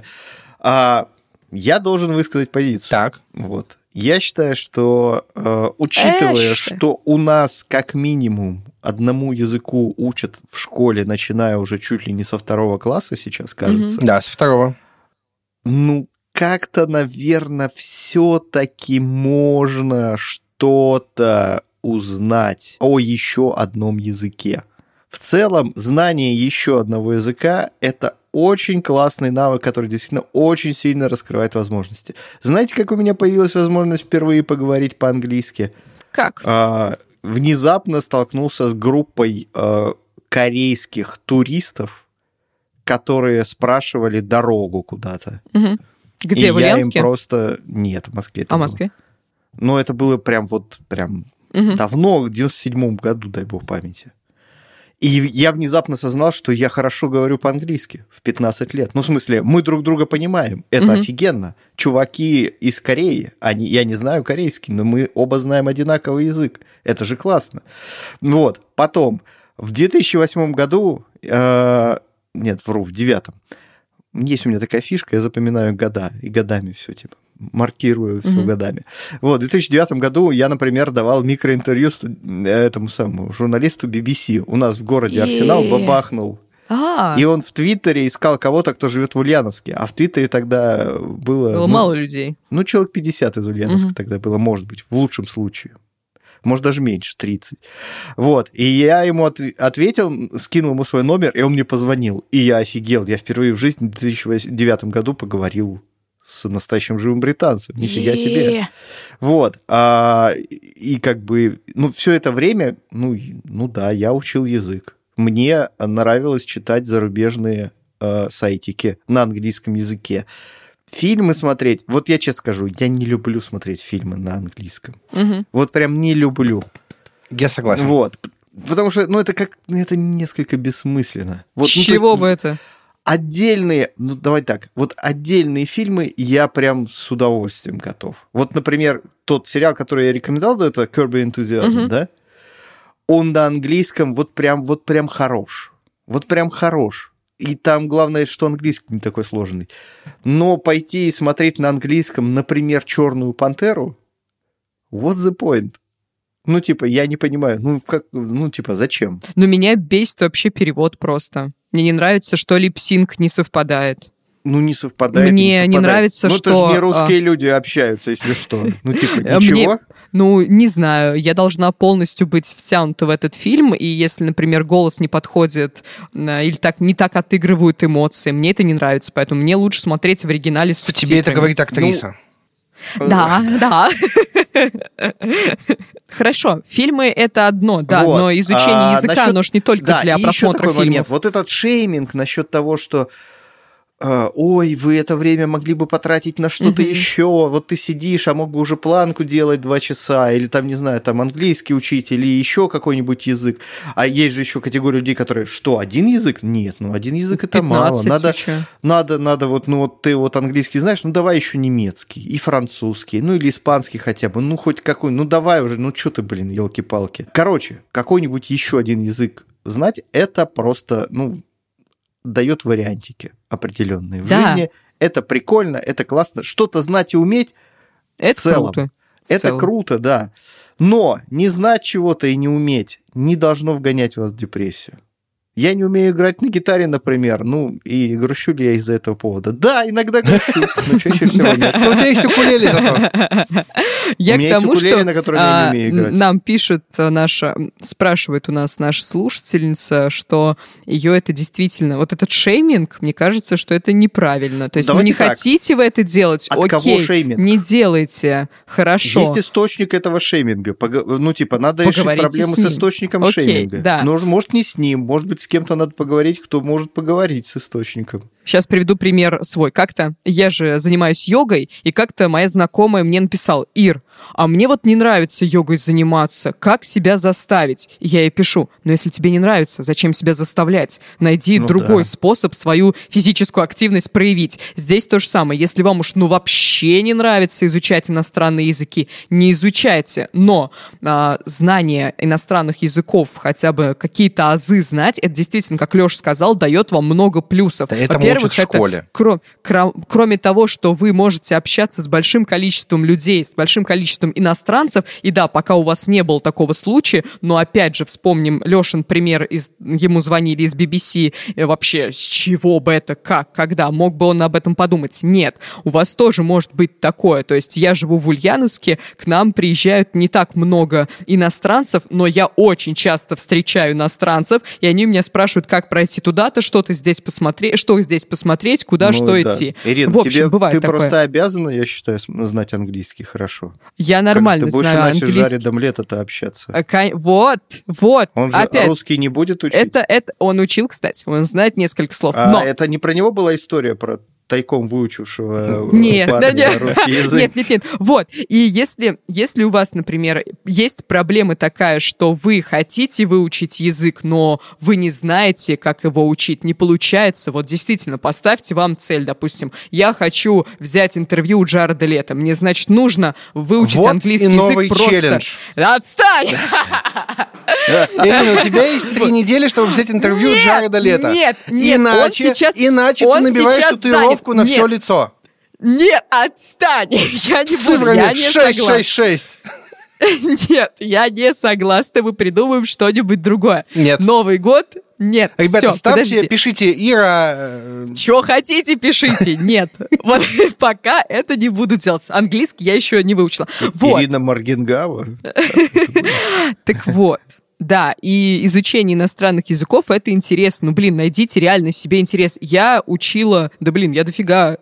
Я должен высказать позицию. Так. Вот. Я считаю, что, учитывая, что у нас как минимум одному языку учат в школе, начиная уже чуть ли не со 2 класса сейчас, кажется. Да, со 2. Ну, как-то, наверное, все-таки можно что-то узнать о еще одном языке. В целом, знание еще одного языка – это очень классный навык, который действительно очень сильно раскрывает возможности. Знаете, как у меня появилась возможность впервые поговорить по-английски? Как? Внезапно столкнулся с группой корейских туристов, которые спрашивали дорогу куда-то. Угу. Где, в Ульяновске? Я им просто... Нет, в Москве это было. В Москве? Но это было прям давно, в 97-м году, дай бог памяти. И я внезапно осознал, что я хорошо говорю по-английски в 15 лет. Ну, в смысле, мы друг друга понимаем. Это офигенно. Чуваки из Кореи, я не знаю корейский, но мы оба знаем одинаковый язык. Это же классно. Вот. Потом, в 2008 году... Нет, вру, в 2009. Есть у меня такая фишка, я запоминаю года. И годами все, типа. Маркирую все годами. Вот, в 2009 году я, например, давал микроинтервью этому самому журналисту BBC. У нас в городе Арсенал бабахнул. И он в Твиттере искал кого-то, кто живет в Ульяновске. А в Твиттере тогда было мало людей. Ну, человек 50 из Ульяновска тогда было, может быть, в лучшем случае. Может, даже меньше, 30. Вот. И я ему ответил, скинул ему свой номер, и он мне позвонил. И я офигел. Я впервые в жизни в 2009 году поговорил с настоящим живым британцем. Нифига себе. Вот. И как бы, все это время, да, я учил язык. Мне нравилось читать зарубежные сайтики на английском языке. Фильмы смотреть, вот я честно скажу, я не люблю смотреть фильмы на английском. Вот прям не люблю. Я согласен. Вот. Потому что, это несколько бессмысленно. Вот, с чего бы это? Отдельные, давай так, вот отдельные фильмы я прям с удовольствием готов. Вот, например, тот сериал, который я рекомендовал до этого, Curb Your Enthusiasm, да? Он на английском вот прям хорош. Вот прям хорош. И там главное, что английский не такой сложный. Но пойти и смотреть на английском, например, «Черную пантеру», what's the point? Ну, типа, я не понимаю, зачем? Ну, меня бесит вообще перевод просто. Мне не нравится, что лип-синк не совпадает. Ну, не совпадает. Мне не нравится, что... Ну, это же не русские люди общаются, если что. Ну, типа, ничего? Не знаю, я должна полностью быть втянута в этот фильм, и если, например, голос не подходит или не так отыгрывают эмоции, мне это не нравится, поэтому мне лучше смотреть в оригинале с субтитрами. Тебе это говорит актриса. Да. Хорошо, фильмы — это одно, да, вот. Но изучение языка, оно ж не только для просмотра фильмов. Момент. Вот этот шейминг насчет того, что ой, вы это время могли бы потратить на что-то еще, вот ты сидишь, а мог бы уже планку делать 2 часа, или там, не знаю, там английский учить, или еще какой-нибудь язык. А есть же еще категория людей, которые, что, один язык? Нет, один язык это мало. Надо вот ты вот английский знаешь, давай еще немецкий и французский, или испанский хотя бы, хоть какой, давай уже, что ты, елки-палки. Короче, какой-нибудь еще один язык знать, это просто, дает вариантики определенные в жизни. Это прикольно, это классно. Что-то знать и уметь это в целом. Круто. Это круто, да. Но не знать чего-то и не уметь не должно вгонять вас в депрессию. Я не умею играть на гитаре, например, и грущу ли я из-за этого повода? Да, иногда грущу, но чаще всего нет. У тебя есть укулеле зато. Я к тому, что на котором я не умею играть. Нам спрашивает у нас наша слушательница, что ее это действительно, вот этот шейминг, мне кажется, что это неправильно. То есть, не хотите вы это делать, окей, не делайте, хорошо. Есть источник этого шейминга. Надо решить проблему с источником шейминга. Может, не с ним, может быть, с кем-то надо поговорить, кто может поговорить с источником. Сейчас приведу пример свой. Как-то я же занимаюсь йогой, и как-то моя знакомая мне написала: Ир, а мне вот не нравится йогой заниматься, как себя заставить? И я ей пишу: если тебе не нравится, зачем себя заставлять? Найди другой способ свою физическую активность проявить. Здесь то же самое. Если вам уж вообще не нравится изучать иностранные языки, не изучайте. Но знание иностранных языков, хотя бы какие-то азы знать, это действительно, как Леша сказал, дает вам много плюсов. Да, это учат в школе. Кроме того, что вы можете общаться с большим количеством людей, с большим количеством иностранцев, и да, пока у вас не было такого случая, но опять же вспомним Лешин пример, ему звонили из BBC, вообще с чего бы это, как, когда, мог бы он об этом подумать? Нет, у вас тоже может быть такое, то есть я живу в Ульяновске, к нам приезжают не так много иностранцев, но я очень часто встречаю иностранцев, и они меня спрашивают, как пройти туда-то, что здесь посмотреть, куда что идти. Ирина, в общем, бывает ты такое. Просто обязана, я считаю, знать английский хорошо. Я нормально знаю английский. Ты будешь иначе с Жаредом Лето-то общаться. Вот. Он же опять. Русский не будет учить? Это он учил, кстати, он знает несколько слов. Но это не про него была история, про тайком выучившего парня русский язык. Нет. Вот. И если у вас, например, есть проблема такая, что вы хотите выучить язык, но вы не знаете, как его учить, не получается, вот действительно, поставьте вам цель, допустим, я хочу взять интервью у Джареда Лето, мне, значит, нужно выучить английский язык просто. Челлендж. Отстань! Ирина, у тебя есть 3 недели, чтобы взять интервью у Джареда Лето. Нет, иначе ты набиваешь татуировку на все лицо. Нет, отстань! Я не буду, я не 666. Нет, я не согласна, мы придумаем что-нибудь другое. Нет. Новый год? Нет. Ребята, пишите, Ира... Что хотите, пишите. Нет. Вот пока это не буду делать. Английский я еще не выучила. Ирина Маргенгава. Так вот. Да, и изучение иностранных языков — это интересно. Найдите реально себе интерес. Я учила... я дофига...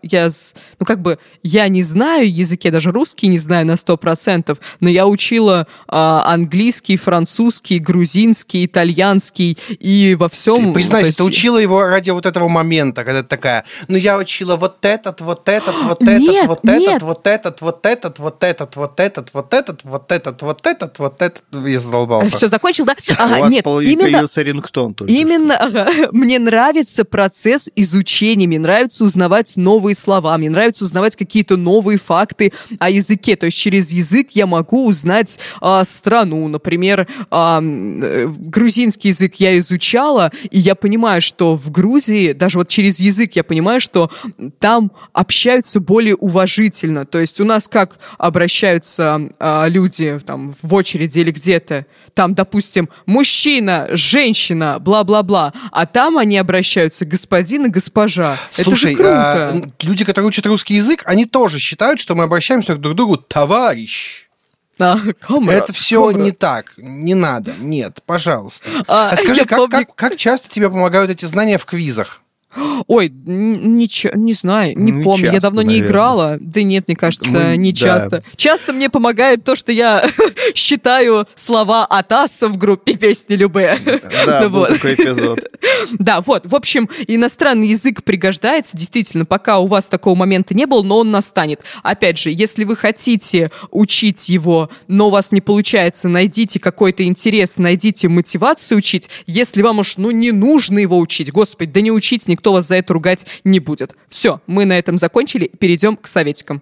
Я не знаю языки, я даже русский не знаю на 100%, но я учила английский, французский, грузинский, итальянский и во всем... Ты признайся, ты учила его ради вот этого момента, когда ты такая, я учила вот этот, вот этот, вот этот, вот этот, вот этот, вот этот, вот этот, вот этот, вот этот, вот этот, вот этот, вот этот. Я задолбался. Все, закончил, да? появился рингтон только именно, мне нравится процесс изучения, мне нравится узнавать новые слова, мне нравится узнавать какие-то новые факты о языке. То есть через язык я могу узнать страну. Например, грузинский язык я изучала, и я понимаю, что в Грузии, даже вот через язык я понимаю, что там общаются более уважительно. То есть у нас как обращаются люди там в очереди или где-то, там, допустим, мужчина, женщина, бла-бла-бла, а там они обращаются господин и госпожа. Слушай, это же круто. Люди, которые учат русский язык, они тоже считают, что мы обращаемся друг к другу товарищ. Камрад, это все не так, не надо, нет, пожалуйста. Скажи, как часто тебе помогают эти знания в квизах? Ой, ничего, не знаю, не помню. Часто, я давно не играла. Да нет, мне кажется, не часто. Да. Часто мне помогает то, что я считаю слова Атаса в группе «Песни Любэ». Да, был такой эпизод. Да, вот. В общем, иностранный язык пригождается, действительно, пока у вас такого момента не было, но он настанет. Опять же, если вы хотите учить его, но у вас не получается, найдите какой-то интерес, найдите мотивацию учить. Если вам уж, не нужно его учить, господи, да не учить, никто вас за это ругать не будет. Все, мы на этом закончили, перейдем к советикам.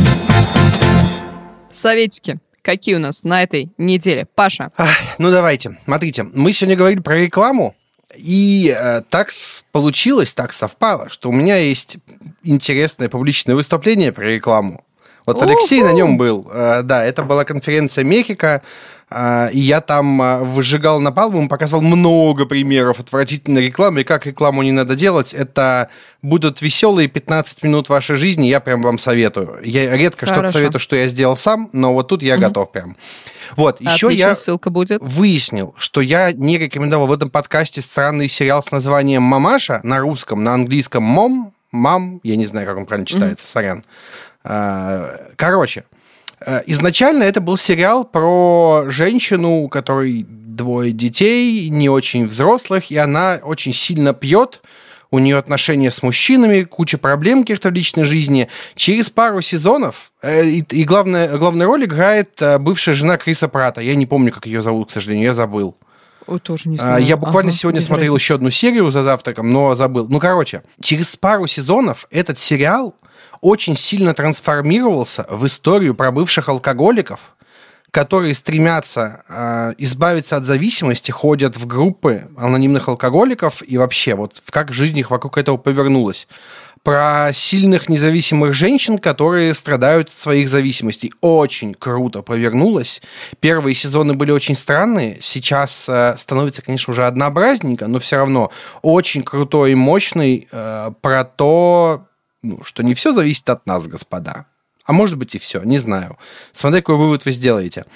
Советики. Какие у нас на этой неделе? Паша. Давайте. Смотрите, мы сегодня говорили про рекламу, и так получилось, так совпало, что у меня есть интересное публичное выступление про рекламу. Вот Алексей на нем был. Да, это была конференция Мехико, и я там выжигал напалм, показывал много примеров отвратительной рекламы, и как рекламу не надо делать. Это будут веселые 15 минут вашей жизни, я прям вам советую. Я редко что-то советую, что я сделал сам, но вот тут я готов прям. Вот, еще я ссылка будет. Выяснил, что я не рекомендовал в этом подкасте странный сериал с названием «Мамаша» на русском, на английском «Мам», я не знаю, как он правильно читается, сорян. Короче, изначально это был сериал про женщину, у которой 2 детей, не очень взрослых, и она очень сильно пьет, у нее отношения с мужчинами, куча проблем каких-то в личной жизни. Через пару сезонов, и главную роль играет бывшая жена Криса Пратта. Я не помню, как ее зовут, к сожалению, я забыл. Тоже не знаю. Я буквально сегодня смотрел еще одну серию за завтраком, но забыл. Через пару сезонов этот сериал очень сильно трансформировался в историю про бывших алкоголиков, которые стремятся избавиться от зависимости, ходят в группы анонимных алкоголиков, и вообще, вот как жизнь их вокруг этого повернулась. Про сильных независимых женщин, которые страдают от своих зависимостей. Очень круто повернулось. Первые сезоны были очень странные. Сейчас становится, конечно, уже однообразненько, но все равно очень крутой и мощный про то, что не все зависит от нас, господа. А может быть и все, не знаю. Смотря какой вывод вы сделаете.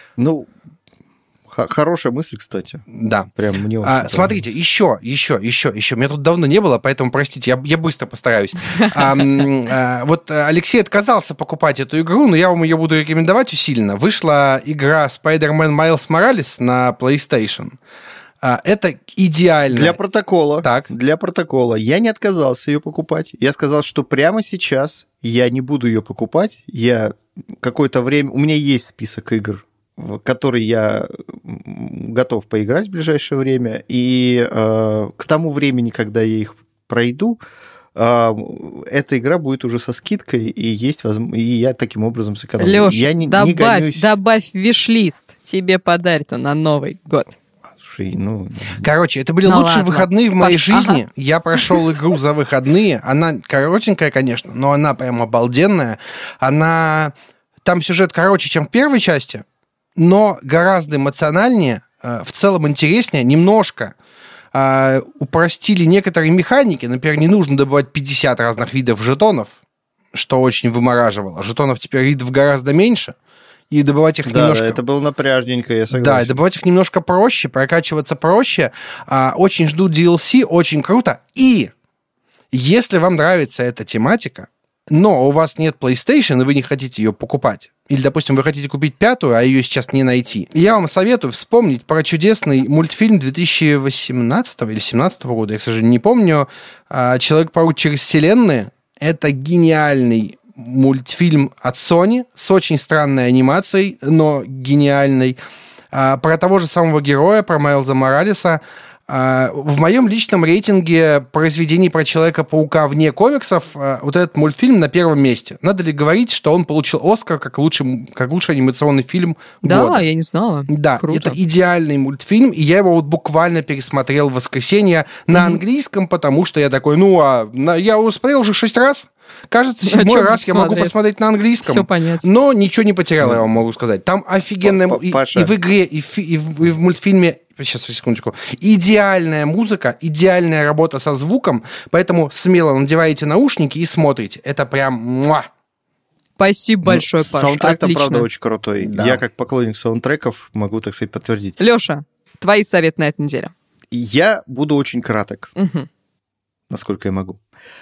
Хорошая мысль, кстати. Да. Прям мне очень смотрите, еще. Меня тут давно не было, поэтому, простите, я быстро постараюсь. Вот Алексей отказался покупать эту игру, но я вам ее буду рекомендовать усиленно. Вышла игра Spider-Man Miles Morales на PlayStation. Это идеально. Для протокола. Так. Для протокола. Я не отказался ее покупать. Я сказал, что прямо сейчас я не буду ее покупать. Я какое-то время... У меня есть список игр, в которые я готов поиграть в ближайшее время. И к тому времени, когда я их пройду, эта игра будет уже со скидкой, и я таким образом сэкономлю. Лёш, добавь виш-лист. Тебе подарят на Новый год. Короче, это были лучшие выходные в моей жизни. Ага. Я прошел игру за выходные. Она коротенькая, конечно, но она прям обалденная. Там сюжет короче, чем в первой части, но гораздо эмоциональнее, в целом интереснее, немножко упростили некоторые механики. Например, не нужно добывать 50 разных видов жетонов, что очень вымораживало. Жетонов теперь видов гораздо меньше. И добывать их немножко... Да, это было напряжненько, я согласен. Да, и добывать их немножко проще, прокачиваться проще. Очень жду DLC, очень круто. И если вам нравится эта тематика, но у вас нет PlayStation, и вы не хотите ее покупать, или, допустим, вы хотите купить 5-ю, а ее сейчас не найти, я вам советую вспомнить про чудесный мультфильм 2018 или 2017 года, я, к сожалению, не помню, «Человек-паук через вселенные». Это гениальный мультфильм от Sony с очень странной анимацией, но гениальной. про того же самого героя, про Майлза Моралеса. В моем личном рейтинге произведений про Человека-паука вне комиксов вот этот мультфильм на первом месте. Надо ли говорить, что он получил Оскар как лучший анимационный фильм года? Да, я не знала. Да, круто. Это идеальный мультфильм, и я его вот буквально пересмотрел в воскресенье на английском, потому что я такой, я его смотрел уже 6 раз. Кажется, 7-й раз я могу посмотреть на английском. Все понятно. Но ничего не потерял, я вам могу сказать. Там офигенная... И в игре, и в мультфильме... Сейчас, секундочку. Идеальная музыка, идеальная работа со звуком, поэтому смело надеваете наушники и смотрите. Это прям... Муа! Спасибо большое, Паш. Саундтрек там, Отлично. правда, очень крутой. Да. Я, как поклонник саундтреков, могу, так сказать, подтвердить. Леша, твои советы на этой неделе? Я буду очень краток, насколько я могу.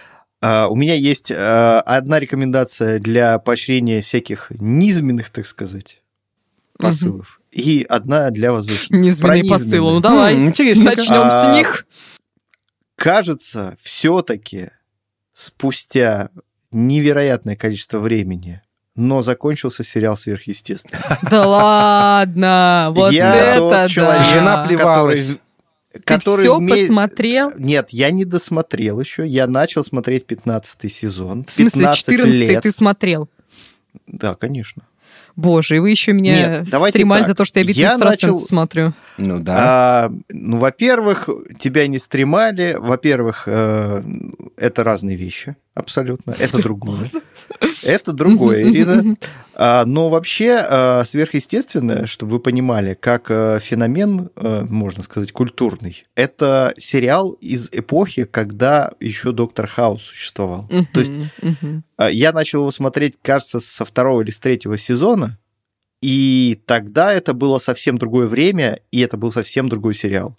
У меня есть одна рекомендация для поощрения всяких низменных, так сказать, посылов. И одна для возвышенных. Низменные посылы. Ну, давай, начнем с них. Кажется, все-таки спустя невероятное количество времени, но закончился сериал «Сверхъестественное». Да ладно! Вот это да! Жена плевалась. Ты все посмотрел? Нет, я не досмотрел еще. Я начал смотреть 15-й сезон. В смысле, 14-й ты смотрел? Да, конечно. Боже, и вы еще меня стримали за то, что я «Битву экстрасенсов» смотрю. Ну да. Во-первых, тебя не стримали. Во-первых, это разные вещи. Абсолютно. Это другое. Это другое, Ирина. Но вообще «Сверхъестественное», чтобы вы понимали, как феномен, можно сказать, культурный, это сериал из эпохи, когда еще «Доктор Хаус» существовал. То есть я начал его смотреть, кажется, со 2-го или с 3-го сезона, и тогда это было совсем другое время, и это был совсем другой сериал.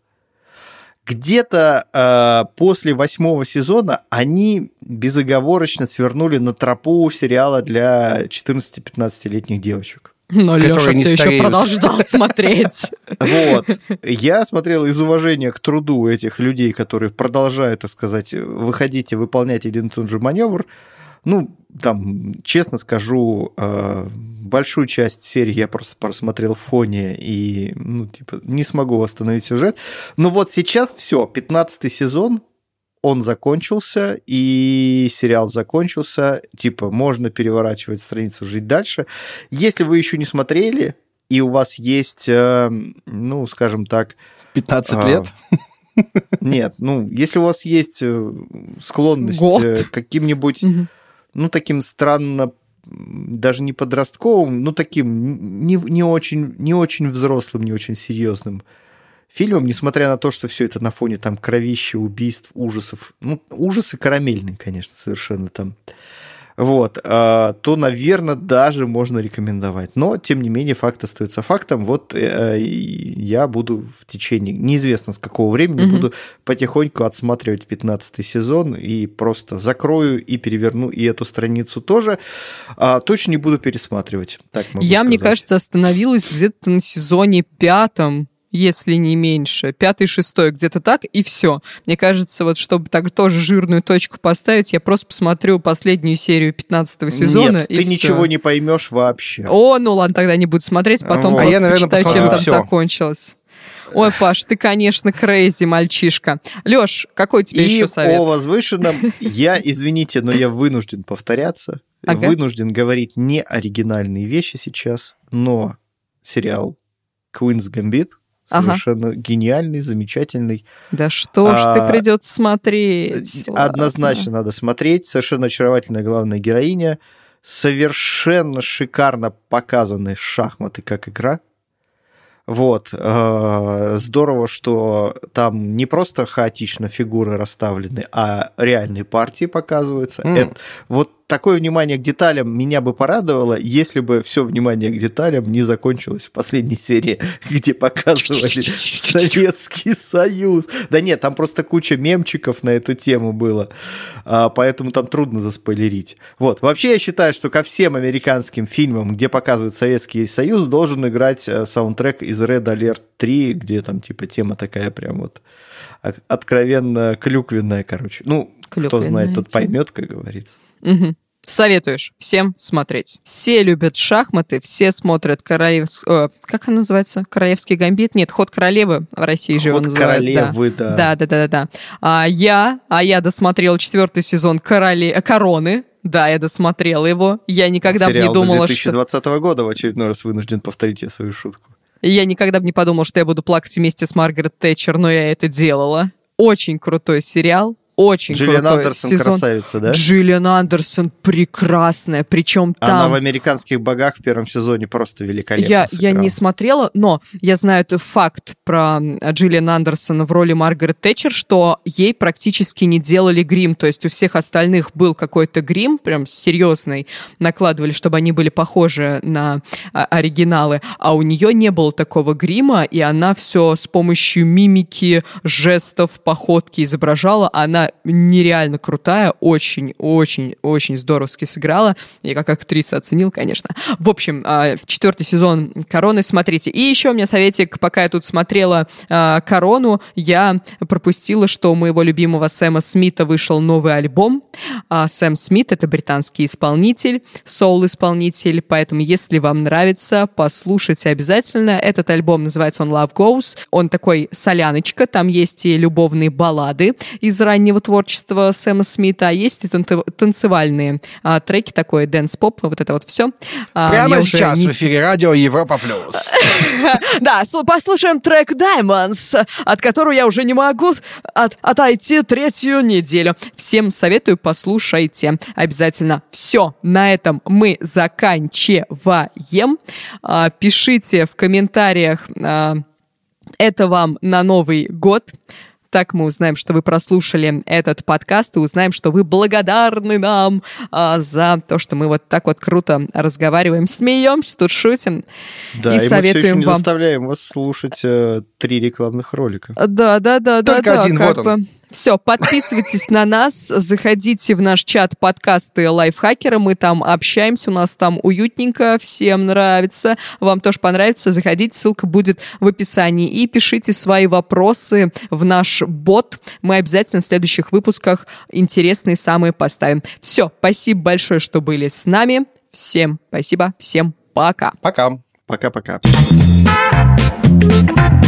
Где-то после 8-го сезона они безоговорочно свернули на тропу сериала для 14-15-летних девочек. Но Леша все еще продолжал смотреть. Вот. Я смотрел из уважения к труду этих людей, которые продолжают, так сказать, выходить и выполнять один и тот же маневр. Ну, там, честно скажу, большую часть серии я просто просмотрел в фоне и, не смогу восстановить сюжет. Но вот сейчас все, 15-й сезон, он закончился, и сериал закончился. Можно переворачивать страницу, жить дальше. Если вы еще не смотрели, и у вас есть, скажем так... 15 лет? Нет, если у вас есть склонность к каким-нибудь... таким странно, даже не подростковым, таким не очень взрослым, не очень серьезным фильмом, несмотря на то, что все это на фоне там кровища, убийств, ужасов. Ужасы карамельные, конечно, совершенно там. Вот, то, наверное, даже можно рекомендовать. Но, тем не менее, факт остается фактом. Вот я буду в течение, неизвестно с какого времени, буду потихоньку отсматривать 15-й сезон и просто закрою и переверну и эту страницу тоже. Точно не буду пересматривать. Так могу сказать. Мне кажется, остановилась где-то на сезоне 5-м. Если не меньше. 5-й, 6-й, где-то так, и все. Мне кажется, вот чтобы так тоже жирную точку поставить, я просто посмотрю последнюю серию 15-го сезона. Нет, ты ничего не поймешь вообще. Ладно, тогда не буду смотреть, потом просто почитаю, чем там закончилось. Ой, Паш, ты, конечно, крейзи мальчишка. Лёш, какой тебе еще совет? И о возвышенном я, извините, но я вынужден повторяться, вынужден говорить не оригинальные вещи сейчас, но сериал «Queen's Gambit» совершенно гениальный, замечательный. Да что ж ты придется смотреть? Однозначно надо смотреть. Совершенно очаровательная главная героиня. Совершенно шикарно показаны шахматы как игра. Вот. Здорово, что там не просто хаотично фигуры расставлены, а реальные партии показываются. Вот такое внимание к деталям меня бы порадовало, если бы все внимание к деталям не закончилось в последней серии, где показывали Советский Союз. Да нет, там просто куча мемчиков на эту тему было, поэтому там трудно заспойлерить. Вот. Вообще я считаю, что ко всем американским фильмам, где показывают Советский Союз, должен играть саундтрек из Red Alert 3, где там типа тема такая прям вот откровенно клюквенная, короче. Кто знает, тот поймет, как говорится. Советуешь всем смотреть. Все любят шахматы, все смотрят как она называется? Королевский гамбит? Нет, Ход королевы в России же его называют. Королевы, да. Да. А я досмотрела 4-й сезон Короны. Да, я досмотрела его. Я никогда бы не думала, 2020 года в очередной раз вынужден повторить я свою шутку. Я никогда бы не подумала, что я буду плакать вместе с Маргарет Тэтчер, но я это делала. Очень крутой сериал. Очень Джиллиан крутой Андерсон сезон. красавица, да? Джиллиан Андерсон прекрасная, причем там... Она в «Американских богах» в первом сезоне просто великолепно Я не смотрела, но я знаю этот факт про Джиллиан Андерсон в роли Маргарет Тэтчер, что ей практически не делали грим, то есть у всех остальных был какой-то грим, прям серьезный, накладывали, чтобы они были похожи на оригиналы, а у нее не было такого грима, и она все с помощью мимики, жестов, походки изображала. Она нереально крутая, очень здоровски сыграла. Я как актриса оценил, конечно. В общем, 4-й сезон «Короны» смотрите. И еще у меня советик, пока я тут смотрела «Корону», я пропустила, что у моего любимого Сэма Смита вышел новый альбом. Сэм Смит — это британский исполнитель, соул-исполнитель, поэтому если вам нравится, послушайте обязательно. Этот альбом называется он «Love Goes». Он такой соляночка, там есть и любовные баллады из раннего творчества Сэма Смита, а есть и танцевальные треки, такой дэнс-поп, вот это вот все. Прямо сейчас в эфире радио Европа Плюс. Да, послушаем трек Diamonds, от которого я уже не могу отойти 3-ю неделю. Всем советую, послушайте обязательно. Все, на этом мы заканчиваем. Пишите в комментариях, это вам на Новый год. Так мы узнаем, что вы прослушали этот подкаст, и узнаем, что вы благодарны нам за то, что мы вот так вот круто разговариваем, смеемся, тут шутим. Да, и советуем мы все еще не вам. Заставляем вас слушать 3 рекламных ролика. Да. Только один, вот он. Все, подписывайтесь на нас, заходите в наш чат подкасты Лайфхакера, мы там общаемся, у нас там уютненько, всем нравится, вам тоже понравится, заходите, ссылка будет в описании, и пишите свои вопросы в наш бот, мы обязательно в следующих выпусках интересные самые поставим. Все, спасибо большое, что были с нами, всем спасибо, всем пока. Пока. Пока-пока.